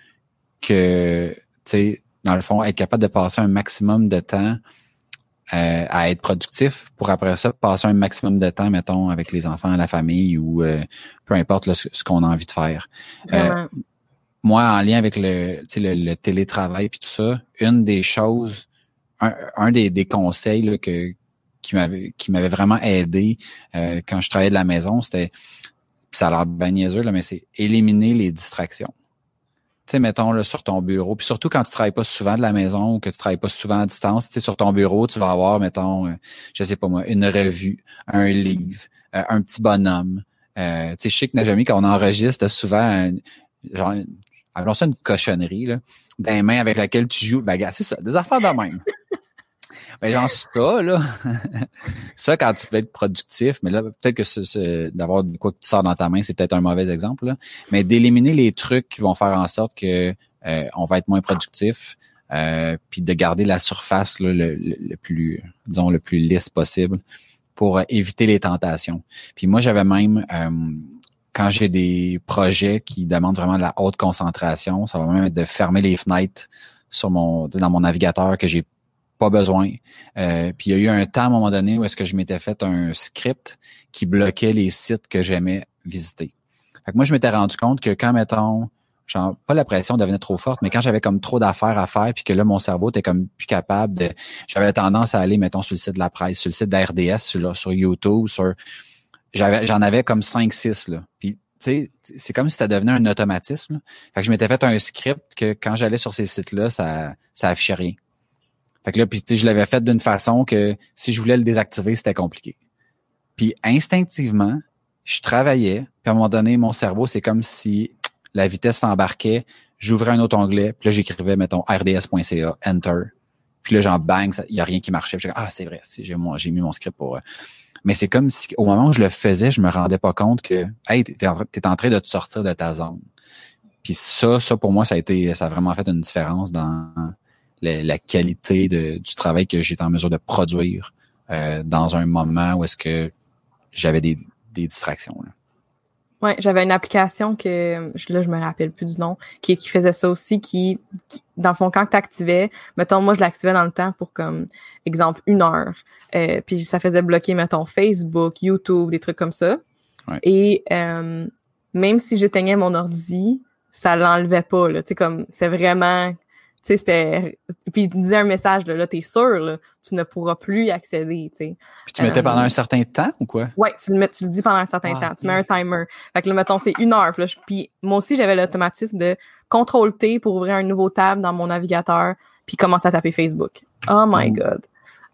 que, tu sais, dans le fond, être capable de passer un maximum de temps euh, à être productif pour après ça passer un maximum de temps, mettons, avec les enfants, la famille ou euh, peu importe là, ce, ce qu'on a envie de faire. Vraiment. Euh, moi, en lien avec le, tu sais, le, le télétravail puis tout ça, une des choses, un, un des, des conseils là, que qui m'avait qui m'avait vraiment aidé euh, quand je travaillais de la maison, c'était, ça a l'air bien niaiseux, là, mais c'est éliminer les distractions. Tu sais, mettons, là, sur ton bureau, puis surtout quand tu travailles pas souvent de la maison ou que tu travailles pas souvent à distance, tu sais, sur ton bureau, tu vas avoir, mettons, euh, je sais pas moi, une revue, un livre, euh, un petit bonhomme. Euh, tu sais, je sais que Najami, quand on enregistre, t'as souvent un, genre, appelons ça une cochonnerie, là, dans les mains avec laquelle tu joues. Ben, gars, c'est ça, des affaires de même. Ben, genre ça, là. Ça, quand tu veux être productif, mais là, peut-être que c'est, c'est, d'avoir de quoi que tu sors dans ta main, c'est peut-être un mauvais exemple, là. Mais d'éliminer les trucs qui vont faire en sorte que euh, on va être moins productif, euh, puis de garder la surface là, le, le, le plus, disons, le plus lisse possible pour euh, éviter les tentations. Puis moi, j'avais même, euh, quand j'ai des projets qui demandent vraiment de la haute concentration, ça va même être de fermer les fenêtres sur mon, dans mon navigateur que j'ai pas besoin. Euh, puis il y a eu un temps à un moment donné où est-ce que je m'étais fait un script qui bloquait les sites que j'aimais visiter. Fait que moi, je m'étais rendu compte que quand, mettons, genre, pas la pression devenait trop forte, mais quand j'avais comme trop d'affaires à faire puis que là, mon cerveau était comme plus capable de... J'avais tendance à aller, mettons, sur le site de la presse, sur le site de la R D S, sur, sur YouTube, sur... J'avais, j'en avais comme cinq six, là. Puis, tu sais, c'est comme si ça devenait un automatisme, là. Fait que je m'étais fait un script que quand j'allais sur ces sites-là, ça, ça affichait rien. Fait que là, puis tu sais, je l'avais fait d'une façon que si je voulais le désactiver, c'était compliqué. Puis instinctivement, je travaillais, puis à un moment donné, mon cerveau, c'est comme si la vitesse s'embarquait, j'ouvrais un autre onglet, puis là, j'écrivais, mettons, r d s point c a, Enter. Puis là, genre, bang, il y a rien qui marchait. Puis je dis, ah, c'est vrai, j'ai, moi, j'ai mis mon script pour... Mais c'est comme si, au moment où je le faisais, je me rendais pas compte que, hey, t'es en, t'es en train de te sortir de ta zone. Puis ça, ça, pour moi, ça a été, ça a vraiment fait une différence dans... La, la qualité de, du travail que j'étais en mesure de produire euh, dans un moment où est-ce que j'avais des, des distractions. Là. Ouais, j'avais une application que je, là je me rappelle plus du nom, qui, qui faisait ça aussi, qui, qui dans le fond quand tu activais, mettons moi je l'activais dans le temps pour comme exemple une heure, euh, puis ça faisait bloquer mettons Facebook, YouTube, des trucs comme ça. Ouais. Et euh, même si j'éteignais mon ordi, ça l'enlevait pas là, tu sais comme c'est vraiment tu sais, c'était... Puis il disait un message, là, là t'es sûr, là, tu ne pourras plus y accéder, tu sais. Puis tu mettais euh, pendant un certain temps ou quoi? Ouais, tu le mets, tu le dis pendant un certain ah, temps. Tu mets un timer. Fait que là, mettons, c'est une heure. Puis, là, je, puis moi aussi, j'avais l'automatisme de contrôle T pour ouvrir un nouveau tab dans mon navigateur puis commencer à taper Facebook. Oh my mm. God.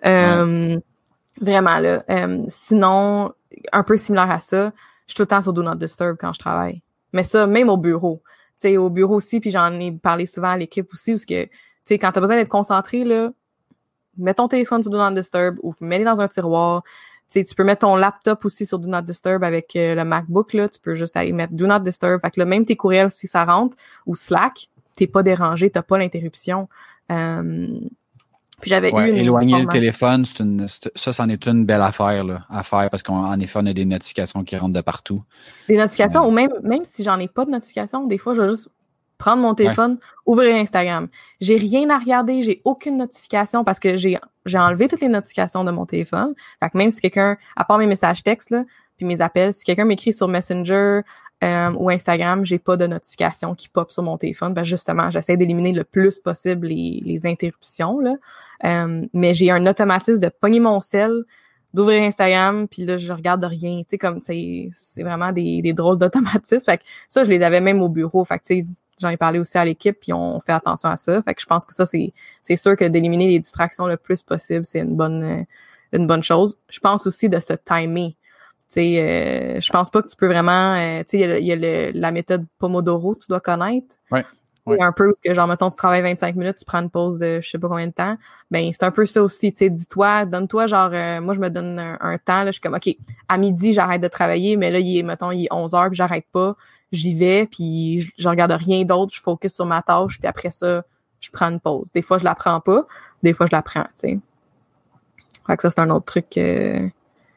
Euh, ouais. Vraiment, là. Euh, sinon, un peu similaire à ça, je suis tout le temps sur Do Not Disturb quand je travaille. Mais ça, même au bureau. Tu sais, au bureau aussi, puis j'en ai parlé souvent à l'équipe aussi, où ce que, tu sais, quand t'as besoin d'être concentré, là, mets ton téléphone sur Do Not Disturb ou mets-les dans un tiroir. Tu sais, tu peux mettre ton laptop aussi sur Do Not Disturb avec euh, le MacBook, là. Tu peux juste aller mettre Do Not Disturb. Fait que là, même tes courriels, si ça rentre, ou Slack, t'es pas dérangé, t'as pas l'interruption. Euh, puis j'avais ouais, eu une éloigner le téléphone, c'est une, c'est, ça, c'en est une belle affaire, là, à faire, parce qu'en effet, on a des notifications qui rentrent de partout. Des notifications, ouais. ou même, même si j'en ai pas de notifications, des fois, je vais juste prendre mon téléphone, ouais. ouvrir Instagram. J'ai rien à regarder, j'ai aucune notification parce que j'ai j'ai enlevé toutes les notifications de mon téléphone. Fait que même si quelqu'un, à part mes messages textes, là, puis mes appels, si quelqu'un m'écrit sur Messenger euh, ou Instagram, j'ai pas de notification qui pop sur mon téléphone. Ben justement, j'essaie d'éliminer le plus possible les, les interruptions, là. Euh, mais j'ai un automatisme de pogner mon sel, d'ouvrir Instagram, puis là, je regarde de rien. Tu sais, comme c'est c'est vraiment des, des drôles d'automatismes. Fait que ça, je les avais même au bureau. Fait que tu sais, j'en ai parlé aussi à l'équipe, puis on fait attention à ça. Fait que je pense que ça, c'est c'est sûr que d'éliminer les distractions le plus possible, c'est une bonne euh, une bonne chose. Je pense aussi de se timer. Tu sais, euh, je pense pas que tu peux vraiment... Euh, tu sais, il y a, le, y a le, la méthode Pomodoro, tu dois connaître. Ouais. Ouais. Un peu, que genre, mettons, tu travailles vingt-cinq minutes, tu prends une pause de je sais pas combien de temps. Ben, c'est un peu ça aussi, tu sais, dis-toi, donne-toi, genre, euh, moi, je me donne un, un temps, là, je suis comme, OK, à midi, j'arrête de travailler, mais là, il est, mettons, il est onze heures, puis j'arrête pas, j'y vais, puis je, je regarde rien d'autre, je focus sur ma tâche, puis après ça, je prends une pause. Des fois, je la prends pas, des fois, je la prends, tu sais. Fait que ça, c'est un autre truc que,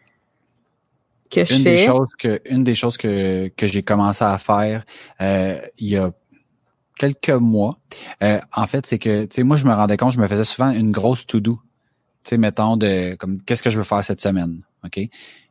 que je une fais. Des choses que, une des choses que, que j'ai commencé à faire, euh, il y a quelques mois, euh, en fait, c'est que, tu sais, moi, je me rendais compte, je me faisais souvent une grosse to-do. Tu sais, mettons, de, comme, qu'est-ce que je veux faire cette semaine, OK?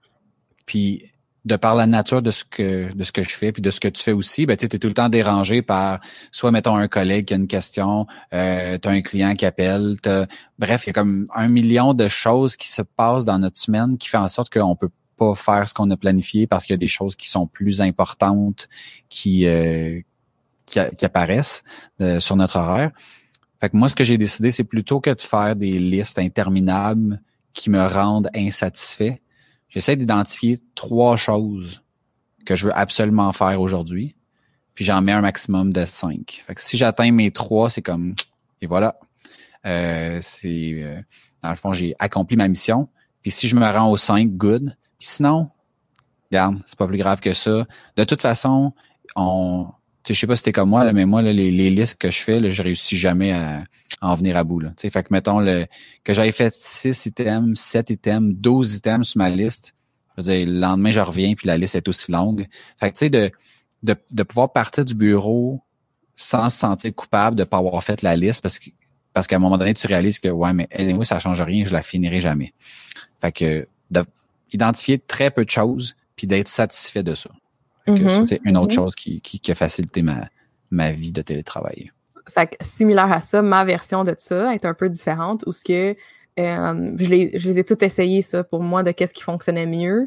Puis, de par la nature de ce que, de ce que je fais, puis de ce que tu fais aussi, ben, tu sais, t'es tout le temps dérangé par, soit, mettons, un collègue qui a une question, euh, t'as un client qui appelle, t'as, bref, il y a comme un million de choses qui se passent dans notre semaine qui fait en sorte qu'on peut pas faire ce qu'on a planifié parce qu'il y a des choses qui sont plus importantes qui, euh, Qui, qui apparaissent euh, sur notre horaire. Fait que moi, ce que j'ai décidé, c'est plutôt que de faire des listes interminables qui me rendent insatisfait, j'essaie d'identifier trois choses que je veux absolument faire aujourd'hui, puis j'en mets un maximum de cinq. Fait que si j'atteins mes trois, c'est comme, et voilà. Euh, c'est euh, dans le fond, j'ai accompli ma mission. Puis si je me rends aux cinq, good. Puis sinon, regarde, c'est pas plus grave que ça. De toute façon, on... Tu sais, je sais pas si t'es comme moi, là, mais moi, là, les, les listes que je fais, là, je réussis jamais à, à en venir à bout. Là. Tu sais, fait que mettons le, que j'avais fait six items, sept items, douze items sur ma liste. Je veux dire, le lendemain, je reviens, puis la liste est aussi longue. Fait que tu sais, de, de, de pouvoir partir du bureau sans se sentir coupable de pas avoir fait la liste, parce que parce qu'à un moment donné, tu réalises que ouais, mais anyway, ça change rien, je la finirai jamais. Fait que de, identifier très peu de choses, puis d'être satisfait de ça. Mm-hmm. Ça, c'est une autre mm-hmm. chose qui, qui, qui a facilité ma, ma vie de télétravail. Fait que, similaire à ça, ma version de ça est un peu différente, où ce que euh, je, les, je les ai toutes essayées, ça, pour moi, de qu'est-ce qui fonctionnait mieux,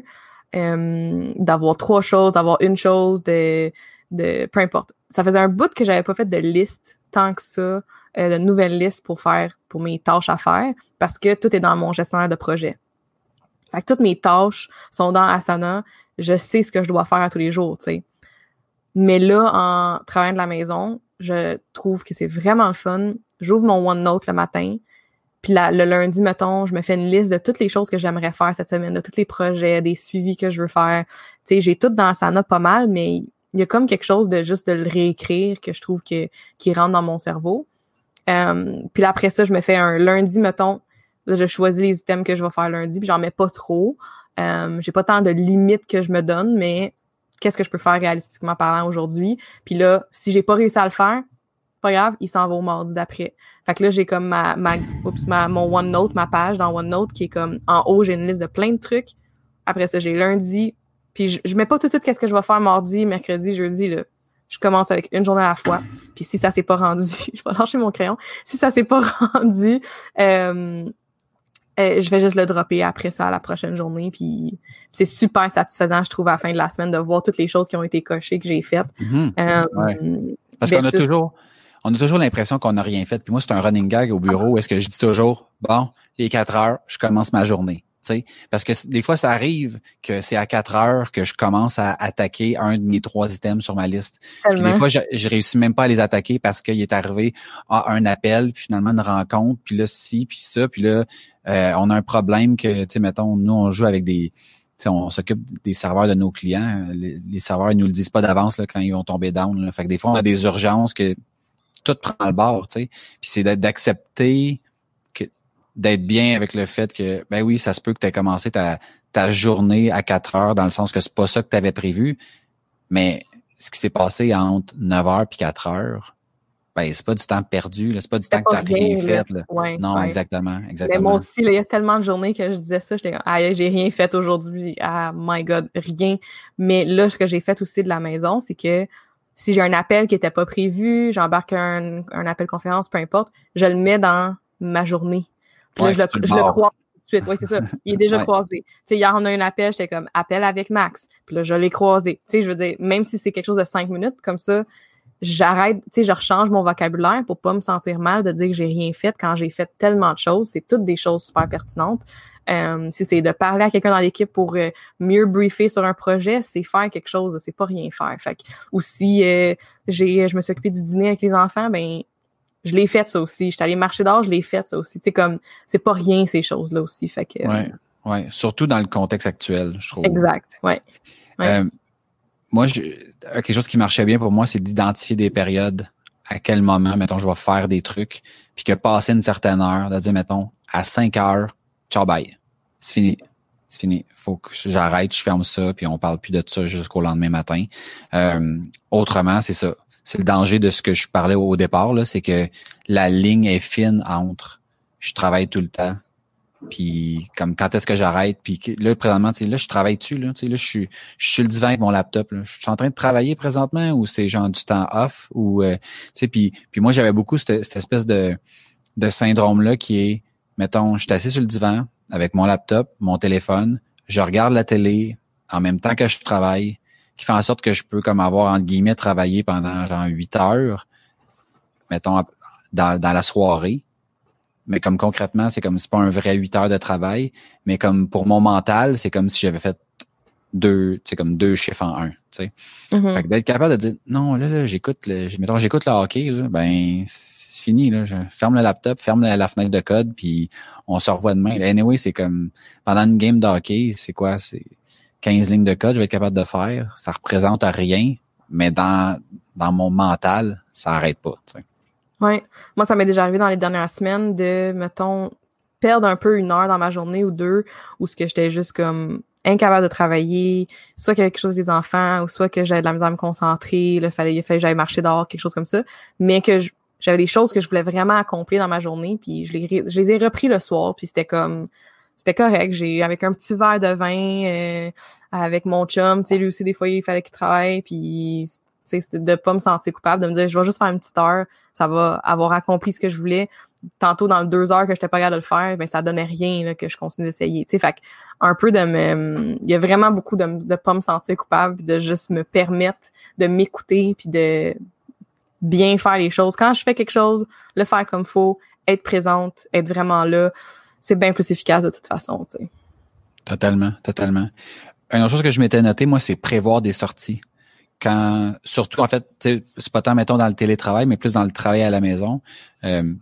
euh, d'avoir trois choses, d'avoir une chose, de, de peu importe. Ça faisait un bout que j'avais pas fait de liste tant que ça, euh, de nouvelles listes pour faire, pour mes tâches à faire, parce que tout est dans mon gestionnaire de projet. Fait que toutes mes tâches sont dans Asana. Je sais ce que je dois faire à tous les jours, tu sais. Mais là, en travaillant de la maison, je trouve que c'est vraiment le fun. J'ouvre mon OneNote le matin, puis la, le lundi, mettons, je me fais une liste de toutes les choses que j'aimerais faire cette semaine, de tous les projets, des suivis que je veux faire. Tu sais, j'ai tout dans Asana pas mal, mais il y a comme quelque chose de juste de le réécrire que je trouve que qui rentre dans mon cerveau. Euh, puis là, après ça, je me fais un lundi, mettons, là, je choisis les items que je vais faire lundi, puis j'en mets pas trop. Euh, j'ai pas tant de limites que je me donne, mais qu'est-ce que je peux faire réalistiquement parlant aujourd'hui? Puis là, si j'ai pas réussi à le faire, pas grave, il s'en va au mardi d'après. Fait que là, j'ai comme ma, ma, oups, ma, mon OneNote, ma page dans OneNote qui est comme, en haut, j'ai une liste de plein de trucs. Après ça, j'ai lundi, puis je, je mets pas tout de suite qu'est-ce que je vais faire mardi, mercredi, jeudi, là. Je commence avec une journée à la fois. Puis si ça s'est pas rendu, je vais lâcher mon crayon. Si ça s'est pas rendu, euh, Euh, je vais juste le dropper après ça à la prochaine journée, puis c'est super satisfaisant, je trouve, à la fin de la semaine de voir toutes les choses qui ont été cochées que j'ai faites. Mm-hmm. Euh, ouais. Parce versus... qu'on a toujours on a toujours l'impression qu'on n'a rien fait. Puis moi, c'est un running gag au bureau où est-ce que je dis toujours, bon, les quatre heures, je commence ma journée. sais, parce que des fois, ça arrive que c'est à quatre heures que je commence à attaquer un de mes trois items sur ma liste. Puis des fois, je, je réussis même pas à les attaquer parce qu'il est arrivé à un appel, puis finalement une rencontre, puis là, ci, puis ça, puis là, euh, on a un problème que, tu sais, mettons, nous, on joue avec des... Tu sais, on s'occupe des serveurs de nos clients. Les, les serveurs, ils nous le disent pas d'avance là, quand ils vont tomber down. Là. Fait que des fois, on a des urgences que tout prend le bord, tu sais. Puis c'est d'accepter que d'être bien avec le fait que, ben oui, ça se peut que tu aies commencé ta, ta journée à quatre heures, dans le sens que c'est pas ça que tu avais prévu, mais ce qui s'est passé entre neuf heures puis quatre heures, ben c'est pas du temps perdu, là, c'est pas du temps que tu n'as rien fait. Là. Ouais, non, ouais. exactement, exactement. Mais moi aussi, il y a tellement de journées que je disais ça, j'étais comme, ah, j'ai rien fait aujourd'hui, ah, my God, rien. Mais là, ce que j'ai fait aussi de la maison, c'est que si j'ai un appel qui était pas prévu, j'embarque un, un appel conférence, peu importe, je le mets dans ma journée. Puis ouais, là, je le, je le croise tout de suite. Oui, c'est ça. Il est déjà ouais. croisé. Tu sais, hier, on a un appel, j'étais comme, appel avec Max. Puis là, je l'ai croisé. Tu sais, je veux dire, même si c'est quelque chose de cinq minutes, comme ça, j'arrête, tu sais, je rechange mon vocabulaire pour pas me sentir mal de dire que j'ai rien fait quand j'ai fait tellement de choses. C'est toutes des choses super pertinentes. Euh, si c'est de parler à quelqu'un dans l'équipe pour euh, mieux briefer sur un projet, c'est faire quelque chose, c'est pas rien faire. Fait que, ou si euh, j'ai, je me suis occupée du dîner avec les enfants, ben je l'ai fait ça aussi. J'étais allée marcher dehors, je l'ai fait ça aussi. Tu sais, comme c'est pas rien ces choses-là aussi. Fait que. Ouais, ouais. Surtout dans le contexte actuel, je trouve. Exact. Ouais. ouais. Euh, moi, je, quelque chose qui marchait bien pour moi, c'est d'identifier des périodes. À quel moment, mettons, je vais faire des trucs, puis que passer une certaine heure, de dire, mettons, à cinq heures, ciao, bye. C'est fini. C'est fini. Faut que j'arrête, je ferme ça, puis on parle plus de ça jusqu'au lendemain matin. Euh, autrement, c'est ça. C'est le danger de ce que je parlais au départ, là, c'est que la ligne est fine entre je travaille tout le temps, puis comme quand est-ce que j'arrête, puis là, présentement, tu sais, là, je travaille dessus, là, tu sais, là, je suis, je suis sur le divan avec mon laptop, là. Je suis en train de travailler présentement, ou c'est genre du temps off, ou, euh, tu sais, puis, puis moi, j'avais beaucoup cette, cette espèce de, de syndrome-là qui est, mettons, je suis assis sur le divan avec mon laptop, mon téléphone, je regarde la télé en même temps que je travaille, qui fait en sorte que je peux comme avoir, entre guillemets, travailler pendant genre huit heures, mettons, dans, dans la soirée. Mais comme concrètement, c'est comme c'est pas un vrai huit heures de travail, mais comme pour mon mental, c'est comme si j'avais fait deux, tu sais, comme deux chiffres en un, tu sais. Mm-hmm. Fait que d'être capable de dire non, là, là, j'écoute le, mettons, j'écoute le hockey, là, ben c'est fini, là. Je ferme le laptop, ferme la, la fenêtre de code, puis on se revoit demain. Anyway, c'est comme pendant une game de hockey, c'est quoi? C'est quinze lignes de code, je vais être capable de faire. Ça représente rien, mais dans dans mon mental, ça arrête pas, tu sais. Ouais. Moi, ça m'est déjà arrivé dans les dernières semaines de, mettons, perdre un peu une heure dans ma journée ou deux, où ce que j'étais juste comme incapable de travailler, soit qu'il y avait quelque chose des enfants, ou soit que j'avais de la misère à me concentrer, là, fallait, il fallait que j'aille marcher dehors, quelque chose comme ça, mais que je, j'avais des choses que je voulais vraiment accomplir dans ma journée, puis je les, je les ai repris le soir, puis c'était comme, c'était correct. J'ai, avec un petit verre de vin, euh, avec mon chum, tu sais, lui aussi, des fois, il fallait qu'il travaille, puis tu sais, c'était de pas me sentir coupable, de me dire je vais juste faire une petite heure, ça va avoir accompli ce que je voulais. Tantôt dans le deux heures que j'étais pas capable de le faire, ben ça donnait rien là, que je continue d'essayer. Tu sais, fait un peu de me, il y a vraiment beaucoup de de pas me sentir coupable, de juste me permettre de m'écouter puis de bien faire les choses. Quand je fais quelque chose, le faire comme faut, être présente, être vraiment là, c'est bien plus efficace de toute façon. Tu sais. Totalement, totalement. Une autre chose que je m'étais noté, moi, c'est prévoir des sorties. Quand, surtout, en fait, c'est pas tant, mettons, dans le télétravail, mais plus dans le travail à la maison. Euh,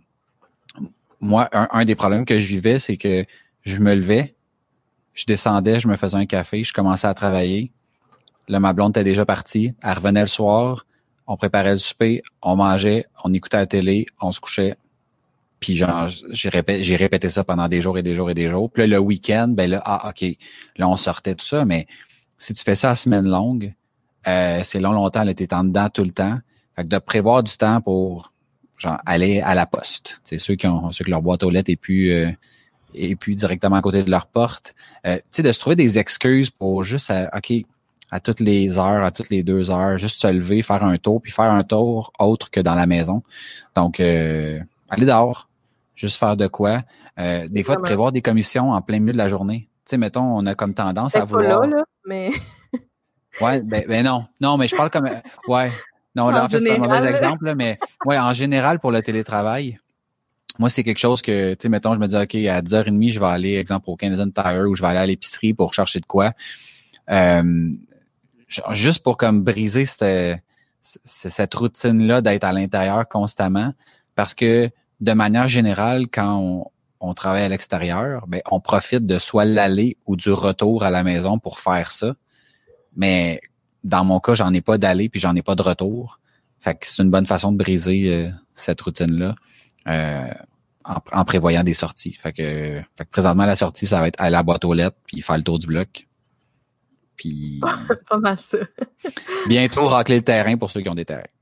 moi, un, un des problèmes que je vivais, c'est que je me levais, je descendais, je me faisais un café, je commençais à travailler. Là, ma blonde était déjà partie. Elle revenait le soir, on préparait le souper, on mangeait, on écoutait la télé, on se couchait. Puis genre, j'ai répété, j'ai répété ça pendant des jours et des jours et des jours. Puis là, le week-end, ben là, ah, OK, là, on sortait tout ça. Mais si tu fais ça à semaine longue, Euh, c'est long, longtemps, là, t'es en dedans tout le temps. Fait que de prévoir du temps pour genre aller à la poste. C'est ceux qui ont ceux que leur boîte aux lettres est plus euh, est plus directement à côté de leur porte. Euh, tu sais, de se trouver des excuses pour juste à, OK, à toutes les heures, à toutes les deux heures, juste se lever, faire un tour, puis faire un tour autre que dans la maison. Donc euh, aller dehors, juste faire de quoi. Euh, des fois, de prévoir des commissions en plein milieu de la journée. Tu sais, mettons, on a comme tendance à vouloir. Pas là, là, mais. Ouais, ben, ben non. Non, mais je parle comme ouais. Non, là, en, en fait, c'est un mauvais exemple, là, mais ouais, en général, pour le télétravail, moi, c'est quelque chose que, tu sais, mettons, je me dis, OK, à dix heures trente, je vais aller, exemple, au Canadian Tire ou je vais aller à l'épicerie pour chercher de quoi. Euh, juste pour comme briser cette, cette routine-là d'être à l'intérieur constamment. Parce que, de manière générale, quand on, on travaille à l'extérieur, ben, on profite de soit l'aller ou du retour à la maison pour faire ça. Mais dans mon cas, j'en ai pas d'aller puis j'en ai pas de retour. Fait que c'est une bonne façon de briser euh, cette routine-là euh, en, en prévoyant des sorties. Fait que, fait que présentement, la sortie, ça va être aller à la boîte aux lettres puis faire le tour du bloc. Puis Pas mal ça. bientôt racler le terrain pour ceux qui ont des terrains.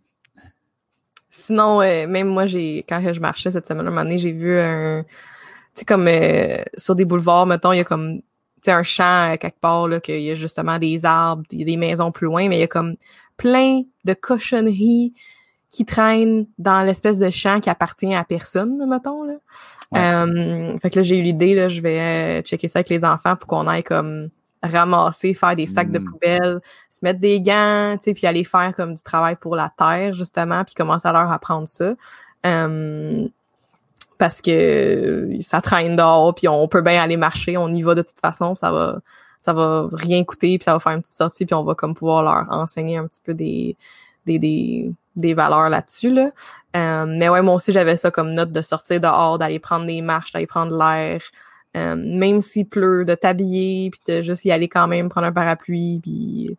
Sinon, euh, même moi, j'ai quand je marchais cette semaine, un moment donné, j'ai vu un... Tu sais, comme euh, sur des boulevards, mettons, il y a comme... Tu sais, un champ euh, quelque part, là, qu'il y a justement des arbres, il y a des maisons plus loin, mais il y a comme plein de cochonneries qui traînent dans l'espèce de champ qui appartient à personne, mettons, là. Ouais. Euh, fait que là, j'ai eu l'idée, là, je vais euh, checker ça avec les enfants pour qu'on aille comme ramasser, faire des sacs mmh. de poubelle, se mettre des gants, tu sais, puis aller faire comme du travail pour la terre, justement, puis commencer à leur apprendre ça. Euh, parce que ça traîne dehors, puis on peut bien aller marcher, on y va de toute façon, ça va ça va rien coûter, puis ça va faire une petite sortie, puis on va comme pouvoir leur enseigner un petit peu des des des, des valeurs là-dessus, là. Euh, mais ouais, moi aussi, j'avais ça comme note de sortir dehors, d'aller prendre des marches, d'aller prendre l'air, euh, même s'il pleut, de t'habiller, puis de juste y aller quand même, prendre un parapluie, puis...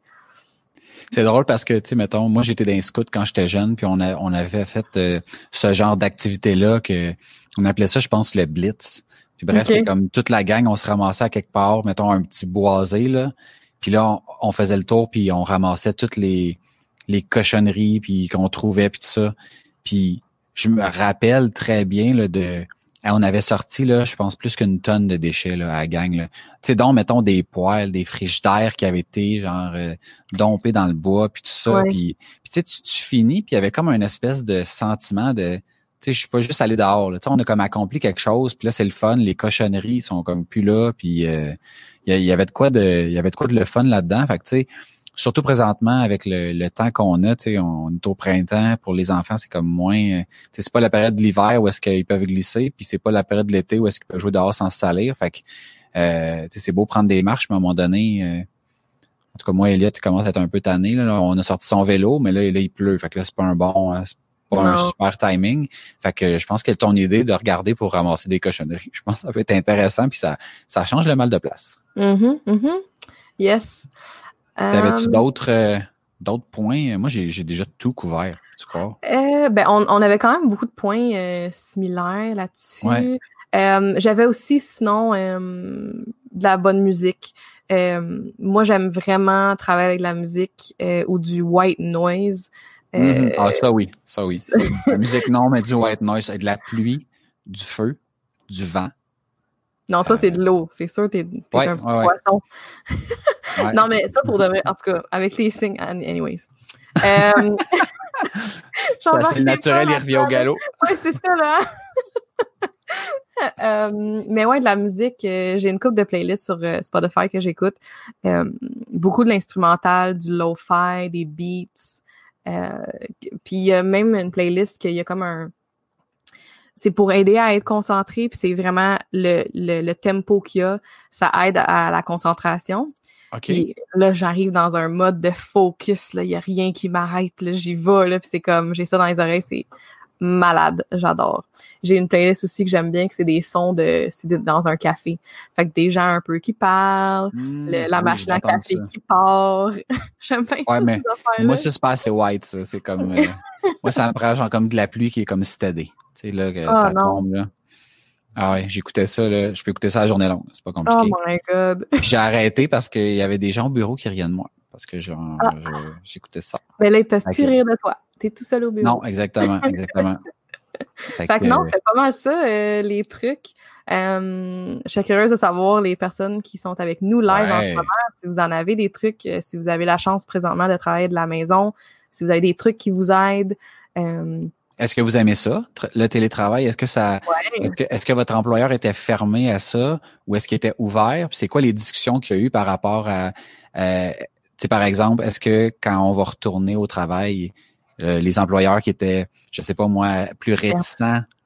C'est drôle parce que, tu sais, mettons, moi, j'étais dans les scouts quand j'étais jeune, puis on a, on avait fait euh, ce genre d'activité-là que on appelait ça, je pense, le blitz. Puis bref, okay. C'est comme toute la gang, on se ramassait à quelque part, mettons, un petit boisé, là. Puis là, on, on faisait le tour, puis on ramassait toutes les les cochonneries, puis qu'on trouvait, puis tout ça. Puis je me rappelle très bien, là, de... On avait sorti, là, je pense, plus qu'une tonne de déchets là, à la gang. Tu sais, donc, mettons, des poêles, des frigidaires qui avaient été, genre, euh, dompés dans le bois, puis tout ça. Ouais. Puis, tu sais, tu, tu finis, puis il y avait comme une espèce de sentiment de... Tu sais, je suis pas juste allé dehors. Tu sais, on a comme accompli quelque chose, puis là, c'est le fun. Les cochonneries sont comme plus là, puis il euh, y, y avait de quoi de... Il y avait de quoi de le fun là-dedans. Fait que, tu sais, surtout présentement, avec le, le temps qu'on a, tu sais, on est au printemps, pour les enfants, c'est comme moins... Tu sais, c'est pas la période de l'hiver où est-ce qu'ils peuvent glisser, puis c'est pas la période de l'été où est-ce qu'ils peuvent jouer dehors sans se salir. Fait que, euh, tu sais, c'est beau prendre des marches, mais à un moment donné... Euh, en tout cas, moi, Elliot, il commence à être un peu tanné. Là. On a sorti son vélo, mais là, là il pleut. Fait que là, c'est pas un bon... C'est pas non. un super timing. Fait que je pense que ton idée de regarder pour ramasser des cochonneries, je pense que ça peut être intéressant, puis ça, ça change le mal de place. Mm-hmm, mm-hmm. Yes. T'avais-tu um, d'autres euh, d'autres points? Moi, j'ai, j'ai déjà tout couvert, tu crois? Euh, ben, on, on avait quand même beaucoup de points euh, similaires là-dessus. Ouais. Euh, j'avais aussi, sinon, euh, de la bonne musique. Euh, moi, j'aime vraiment travailler avec de la musique euh, ou du white noise. Euh, mm-hmm. Ah, ça oui, ça oui. La musique, non, mais du white noise, avec de la pluie, du feu, du vent. Non, toi, euh... c'est de l'eau. C'est sûr, t'es, t'es ouais, un petit ouais, poisson. Ouais. Non, mais ça, pour de vrai, en tout cas, avec les signes, anyways. Euh... c'est le naturel, il revient au galop. Ouais, c'est ça, là. euh, mais ouais, de la musique, euh, j'ai une couple de playlists sur euh, Spotify que j'écoute. Euh, beaucoup de l'instrumental, du lo-fi, des beats. Euh, puis euh, même une playlist qu'il y a comme un... C'est pour aider à être concentré, puis c'est vraiment le, le, le tempo qu'il y a, ça aide à la concentration. OK. Puis là, j'arrive dans un mode de focus, là, il y a rien qui m'arrête, puis là, j'y vais, là, puis c'est comme, j'ai ça dans les oreilles, c'est malade, j'adore. J'ai une playlist aussi que j'aime bien, que c'est des sons de, c'est de, dans un café. Fait que des gens un peu qui parlent, mmh, le, la oui, machine à café ça. Qui part. J'aime bien ouais, ça, mais moi, ça, c'est pas assez white, ça. C'est comme, euh, moi, ça me prend genre comme de la pluie qui est comme steady. Tu sais, là, que oh, ça non. tombe, là. Ah ouais, j'écoutais ça, là. Je peux écouter ça à journée longue. C'est pas compliqué. Oh my God. Puis j'ai arrêté parce qu'il y avait des gens au bureau qui riaient de moi. Parce que genre, ah. je, j'écoutais ça. Mais là, ils peuvent okay. plus rire de toi. T'es tout seul au bureau. Non, exactement, exactement. fait, fait que, que non, c'est pas mal ça, euh, les trucs. Euh, je serais curieuse de savoir les personnes qui sont avec nous live ouais. en ce moment, si vous en avez des trucs, euh, si vous avez la chance présentement de travailler de la maison, si vous avez des trucs qui vous aident. Euh, Est-ce que vous aimez ça, le télétravail? Est-ce que ça, ouais. est-ce que, est-ce que votre employeur était fermé à ça ou est-ce qu'il était ouvert? Puis c'est quoi les discussions qu'il y a eu par rapport à, euh, tu sais, par exemple, est-ce que quand on va retourner au travail, euh, les employeurs qui étaient, je sais pas moi, plus réticents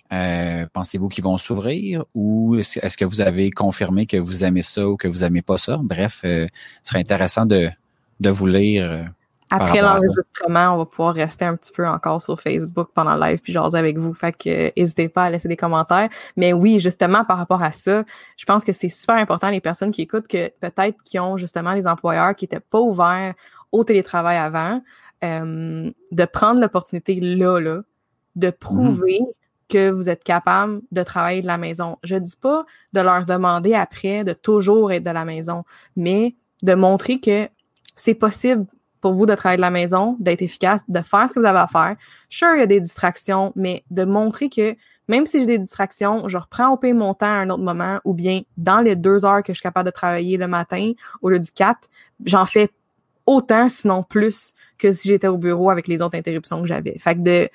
Euh, pensez-vous qu'ils vont s'ouvrir ou est-ce, est-ce que vous avez confirmé que vous aimez ça ou que vous aimez pas ça? Bref, euh, ce serait intéressant de, de vous lire. Euh, Après l'enregistrement, on va pouvoir rester un petit peu encore sur Facebook pendant le live puis jaser avec vous. Fait que n'hésitez pas à laisser des commentaires. Mais oui, justement, par rapport à ça, je pense que c'est super important, les personnes qui écoutent, que peut-être qui ont justement des employeurs qui étaient pas ouverts au télétravail avant, euh, de prendre l'opportunité là, là, de prouver mmh. que vous êtes capable de travailler de la maison. Je dis pas de leur demander après de toujours être de la maison, mais de montrer que c'est possible pour vous de travailler de la maison, d'être efficace, de faire ce que vous avez à faire. Sure, il y a des distractions, mais de montrer que même si j'ai des distractions, je reprends au pire mon temps à un autre moment, ou bien dans les deux heures que je suis capable de travailler le matin, au lieu du quatre, j'en fais autant, sinon plus, que si j'étais au bureau avec les autres interruptions que j'avais. Fait que de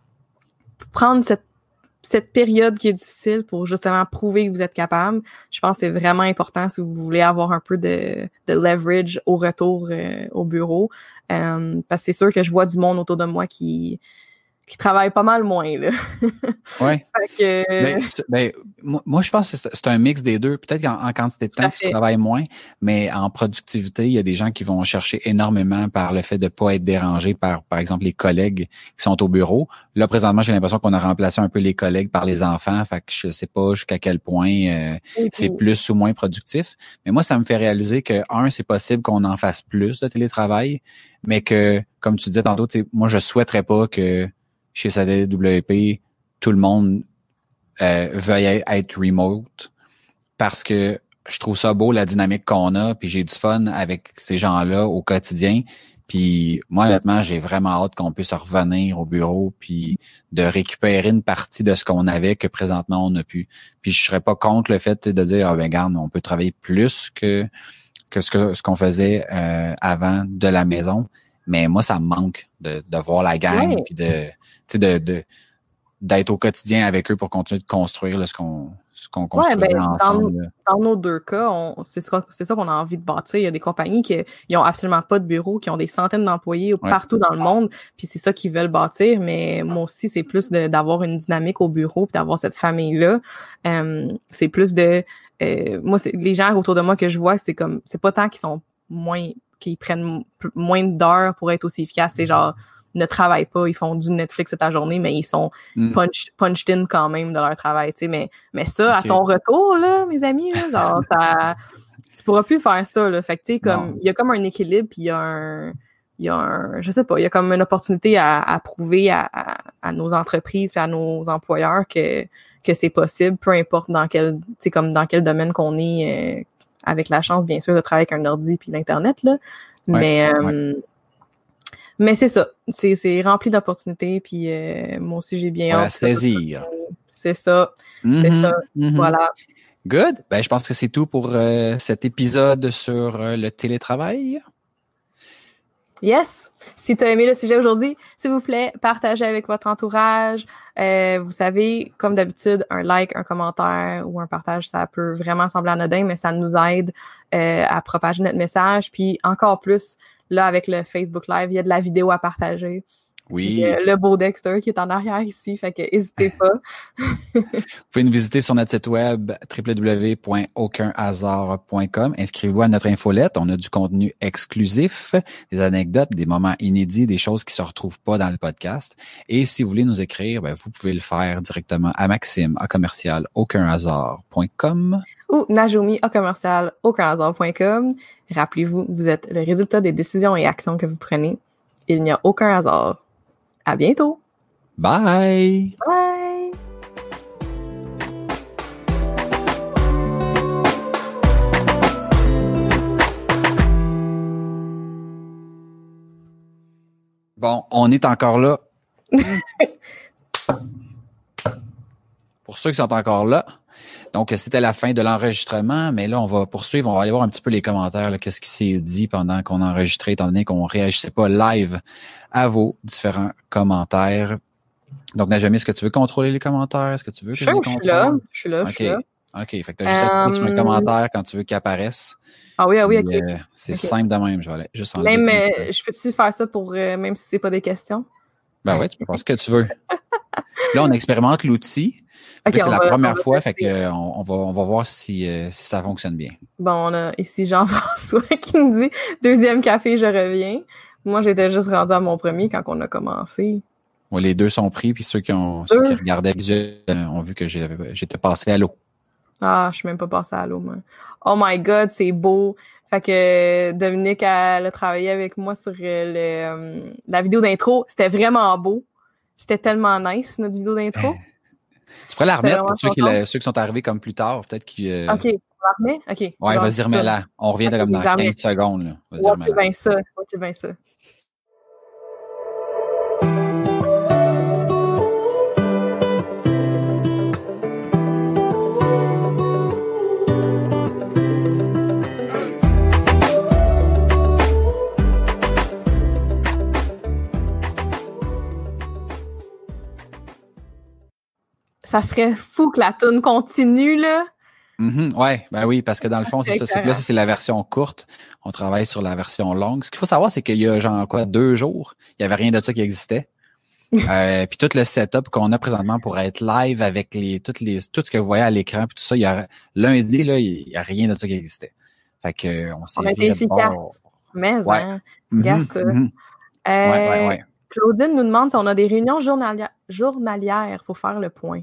prendre cette cette période qui est difficile pour justement prouver que vous êtes capable, je pense que c'est vraiment important si vous voulez avoir un peu de, de leverage au retour euh, au bureau. Euh, parce que c'est sûr que je vois du monde autour de moi qui qui travaille pas mal moins, là. Ouais. Fait que... ben, ben, moi, moi, je pense que c'est, c'est un mix des deux. Peut-être qu'en en quantité de temps, tu travailles moins, mais en productivité, il y a des gens qui vont chercher énormément par le fait de pas être dérangés par, par exemple, les collègues qui sont au bureau. Là, présentement, j'ai l'impression qu'on a remplacé un peu les collègues par les enfants. Fait que je sais pas jusqu'à quel point euh, oui, c'est oui. plus ou moins productif. Mais moi, ça me fait réaliser que, un, c'est possible qu'on en fasse plus de télétravail, mais que, comme tu disais tantôt, moi, je souhaiterais pas que chez S A D W P, tout le monde euh, veuille être remote parce que je trouve ça beau, la dynamique qu'on a, puis j'ai du fun avec ces gens-là au quotidien. Puis moi, honnêtement, j'ai vraiment hâte qu'on puisse revenir au bureau puis de récupérer une partie de ce qu'on avait que présentement on a pu. Puis je serais pas contre le fait de dire, ah ben regarde, on peut travailler plus que que ce que ce qu'on faisait euh, avant de la maison. Mais moi, ça me manque de, de voir la gang puis de, tu sais, de, de d'être au quotidien avec eux pour continuer de construire là, ce qu'on ce qu'on construit ouais, ben, ensemble. Dans, dans nos deux cas, on, c'est ça, c'est ça qu'on a envie de bâtir. Il y a des compagnies qui ils ont absolument pas de bureau, qui ont des centaines d'employés ouais. partout dans le monde, puis c'est ça qu'ils veulent bâtir. Mais moi aussi, c'est plus de, d'avoir une dynamique au bureau, puis d'avoir cette famille-là. Euh, c'est plus de, euh, moi, c'est, les gens autour de moi que je vois, c'est comme, c'est pas tant qu'ils sont moins qu'ils prennent moins d'heures pour être aussi efficaces. C'est genre, ne travaillent pas, ils font du Netflix toute la journée, mais ils sont mm. punch, punched in quand même de leur travail, tu sais. Mais, mais ça, okay. à ton retour, là, mes amis, là, genre, ça, tu pourras plus faire ça, là. Fait que, tu sais, comme, il y a comme un équilibre, puis il y a un, il y a un, je sais pas, il y a comme une opportunité à, à prouver à, à, à nos entreprises puis à nos employeurs que, que c'est possible, peu importe dans quel, tu sais, comme dans quel domaine qu'on est, euh, avec la chance, bien sûr, de travailler avec un ordi puis l'Internet, là. Ouais, mais, euh, ouais. mais c'est ça. C'est, c'est rempli d'opportunités, puis euh, moi aussi, j'ai bien voilà, hâte. saisir. C'est ça. Mm-hmm, c'est ça. Mm-hmm. Voilà. Good. Ben, je pense que c'est tout pour euh, cet épisode sur euh, le télétravail. Yes! Si tu as aimé le sujet aujourd'hui, s'il vous plaît, partagez avec votre entourage. Euh, vous savez, comme d'habitude, un like, un commentaire ou un partage, ça peut vraiment sembler anodin, mais ça nous aide euh, à propager notre message. Puis encore plus, là, avec le Facebook Live, il y a de la vidéo à partager. Oui. Puis, euh, le beau Dexter qui est en arrière ici, fait que n'hésitez pas. Vous pouvez nous visiter sur notre site web w w w point aucun hasard point com. Inscrivez-vous à notre infolette. On a du contenu exclusif, des anecdotes, des moments inédits, des choses qui se retrouvent pas dans le podcast. Et si vous voulez nous écrire, ben, vous pouvez le faire directement à Maxime à commercial aucun hasard point com ou Najomi à commercial aucun hasard point com. Rappelez-vous, vous êtes le résultat des décisions et actions que vous prenez. Il n'y a aucun hasard. À bientôt. Bye. Bye. Bon, on est encore là. Pour ceux qui sont encore là. Donc, c'était la fin de l'enregistrement, mais là, on va poursuivre. On va aller voir un petit peu les commentaires, là, qu'est-ce qui s'est dit pendant qu'on enregistrait, étant donné qu'on réagissait pas live à vos différents commentaires. Donc, Najomi, est-ce que tu veux contrôler les commentaires? Est-ce que tu veux que je, je les contrôle? Je suis là, je suis là, OK. Je suis là. OK, fait que t'as juste à cliquer sur un commentaire quand tu veux qu'il apparaisse. Ah oui, ah oui, OK. Euh, c'est okay. Simple de même, je vais aller juste enlever. Même, euh, je peux-tu faire ça pour, euh, même si c'est pas des questions? Ben ouais, tu peux faire ce que tu veux. Là, on expérimente l'outil. OK, là, c'est on la va, première on va fois, fait tester. que on, on va on va voir si, euh, si ça fonctionne bien. Bon, on a ici Jean-François qui me dit « Deuxième café, je reviens ». Moi, j'étais juste rendu à mon premier quand on a commencé. Ouais, les deux sont pris, puis ceux qui ont ceux qui regardaient visuel euh, ont vu que j'avais- j'étais passé à l'eau. Ah, je suis même pas passée à l'eau, moi. Oh my God, c'est beau. Fait que Dominique, elle a travaillé avec moi sur euh, le, euh, la vidéo d'intro. C'était vraiment beau. C'était tellement nice, notre vidéo d'intro. Tu pourrais la J'étais remettre vraiment pour ceux qui contente. la- ceux qui sont arrivés comme plus tard, peut-être qui. euh, OK, on la remet? OK. Ouais, Bon, vas-y, c'est ça. remets-la. On revient OK, comme dans j'en remets. quinze secondes, là. Vas-y, Watch remets-la. bien ça. Watch bien ça. Ça serait fou que la toune continue, là. Mm-hmm, ouais, ben oui, parce que dans le fond, c'est C'est ça. C'est que là, ça, c'est la version courte. On travaille sur la version longue. Ce qu'il faut savoir, c'est qu'il y a genre quoi, deux jours, il y avait rien de ça qui existait. Euh, puis tout le setup qu'on a présentement pour être live avec les toutes les tout ce que vous voyez à l'écran puis tout ça, il y a lundi là, il y a rien de ça qui existait. Fait que on s'est On a été viré de efficace. bord. Mais, Ouais. hein, Mhm, regarde ça. mhm. Euh, Ouais, ouais, ouais. Claudine nous demande si on a des réunions journalia- journalières pour faire le point.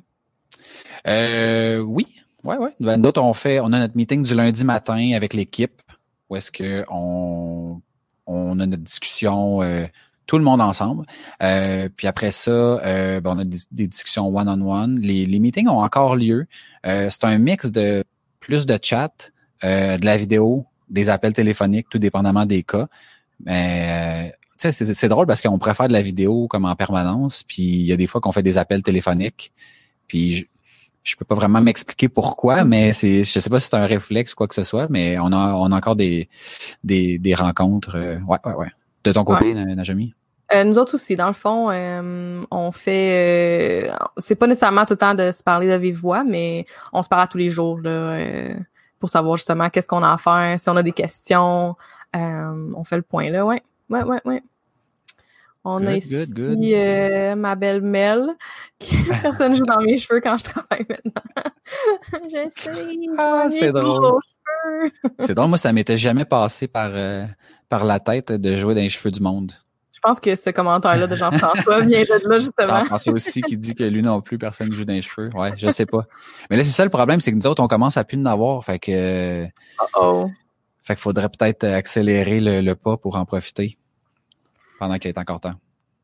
Euh, oui, ouais, ouais. Ben, d'autres, on fait, on a notre meeting du lundi matin avec l'équipe, où est-ce que on, on a notre discussion, euh, tout le monde ensemble. Euh, puis après ça, euh, ben, on a des, des discussions one-on-one. Les, les meetings ont encore lieu. Euh, c'est un mix de plus de chat, euh, de la vidéo, des appels téléphoniques, tout dépendamment des cas. Mais euh, tu sais, c'est, c'est drôle parce qu'on préfère de la vidéo comme en permanence. Puis il y a des fois qu'on fait des appels téléphoniques. Puis je, je peux pas vraiment m'expliquer pourquoi, mais c'est, je sais pas si c'est un réflexe ou quoi que ce soit, mais on a, on a encore des, des, des rencontres. Euh, ouais, ouais, ouais. De ton côté, ouais. Najami? Euh, nous autres aussi, dans le fond, euh, on fait... Euh, c'est pas nécessairement tout le temps de se parler de vive voix, mais on se parle à tous les jours là, euh, pour savoir justement qu'est-ce qu'on a à faire, si on a des questions. Euh, on fait le point là, ouais. Ouais, ouais, ouais. On good, a ici good, good. Euh, ma belle Mel, qui personne joue dans mes cheveux quand je travaille maintenant. J'essaie. Ah, c'est drôle. C'est drôle, moi, ça m'était jamais passé par, euh, par la tête de jouer dans les cheveux du monde. Je pense que ce commentaire-là de Jean-François vient de là, justement. Jean-François aussi qui dit que lui non plus, personne ne joue dans les cheveux. Ouais, je sais pas. Mais là, c'est ça le problème, c'est que nous autres, on commence à plus en avoir. Fait que. Oh. Fait qu'il faudrait peut-être accélérer le, le pas pour en profiter pendant qu'il est encore temps.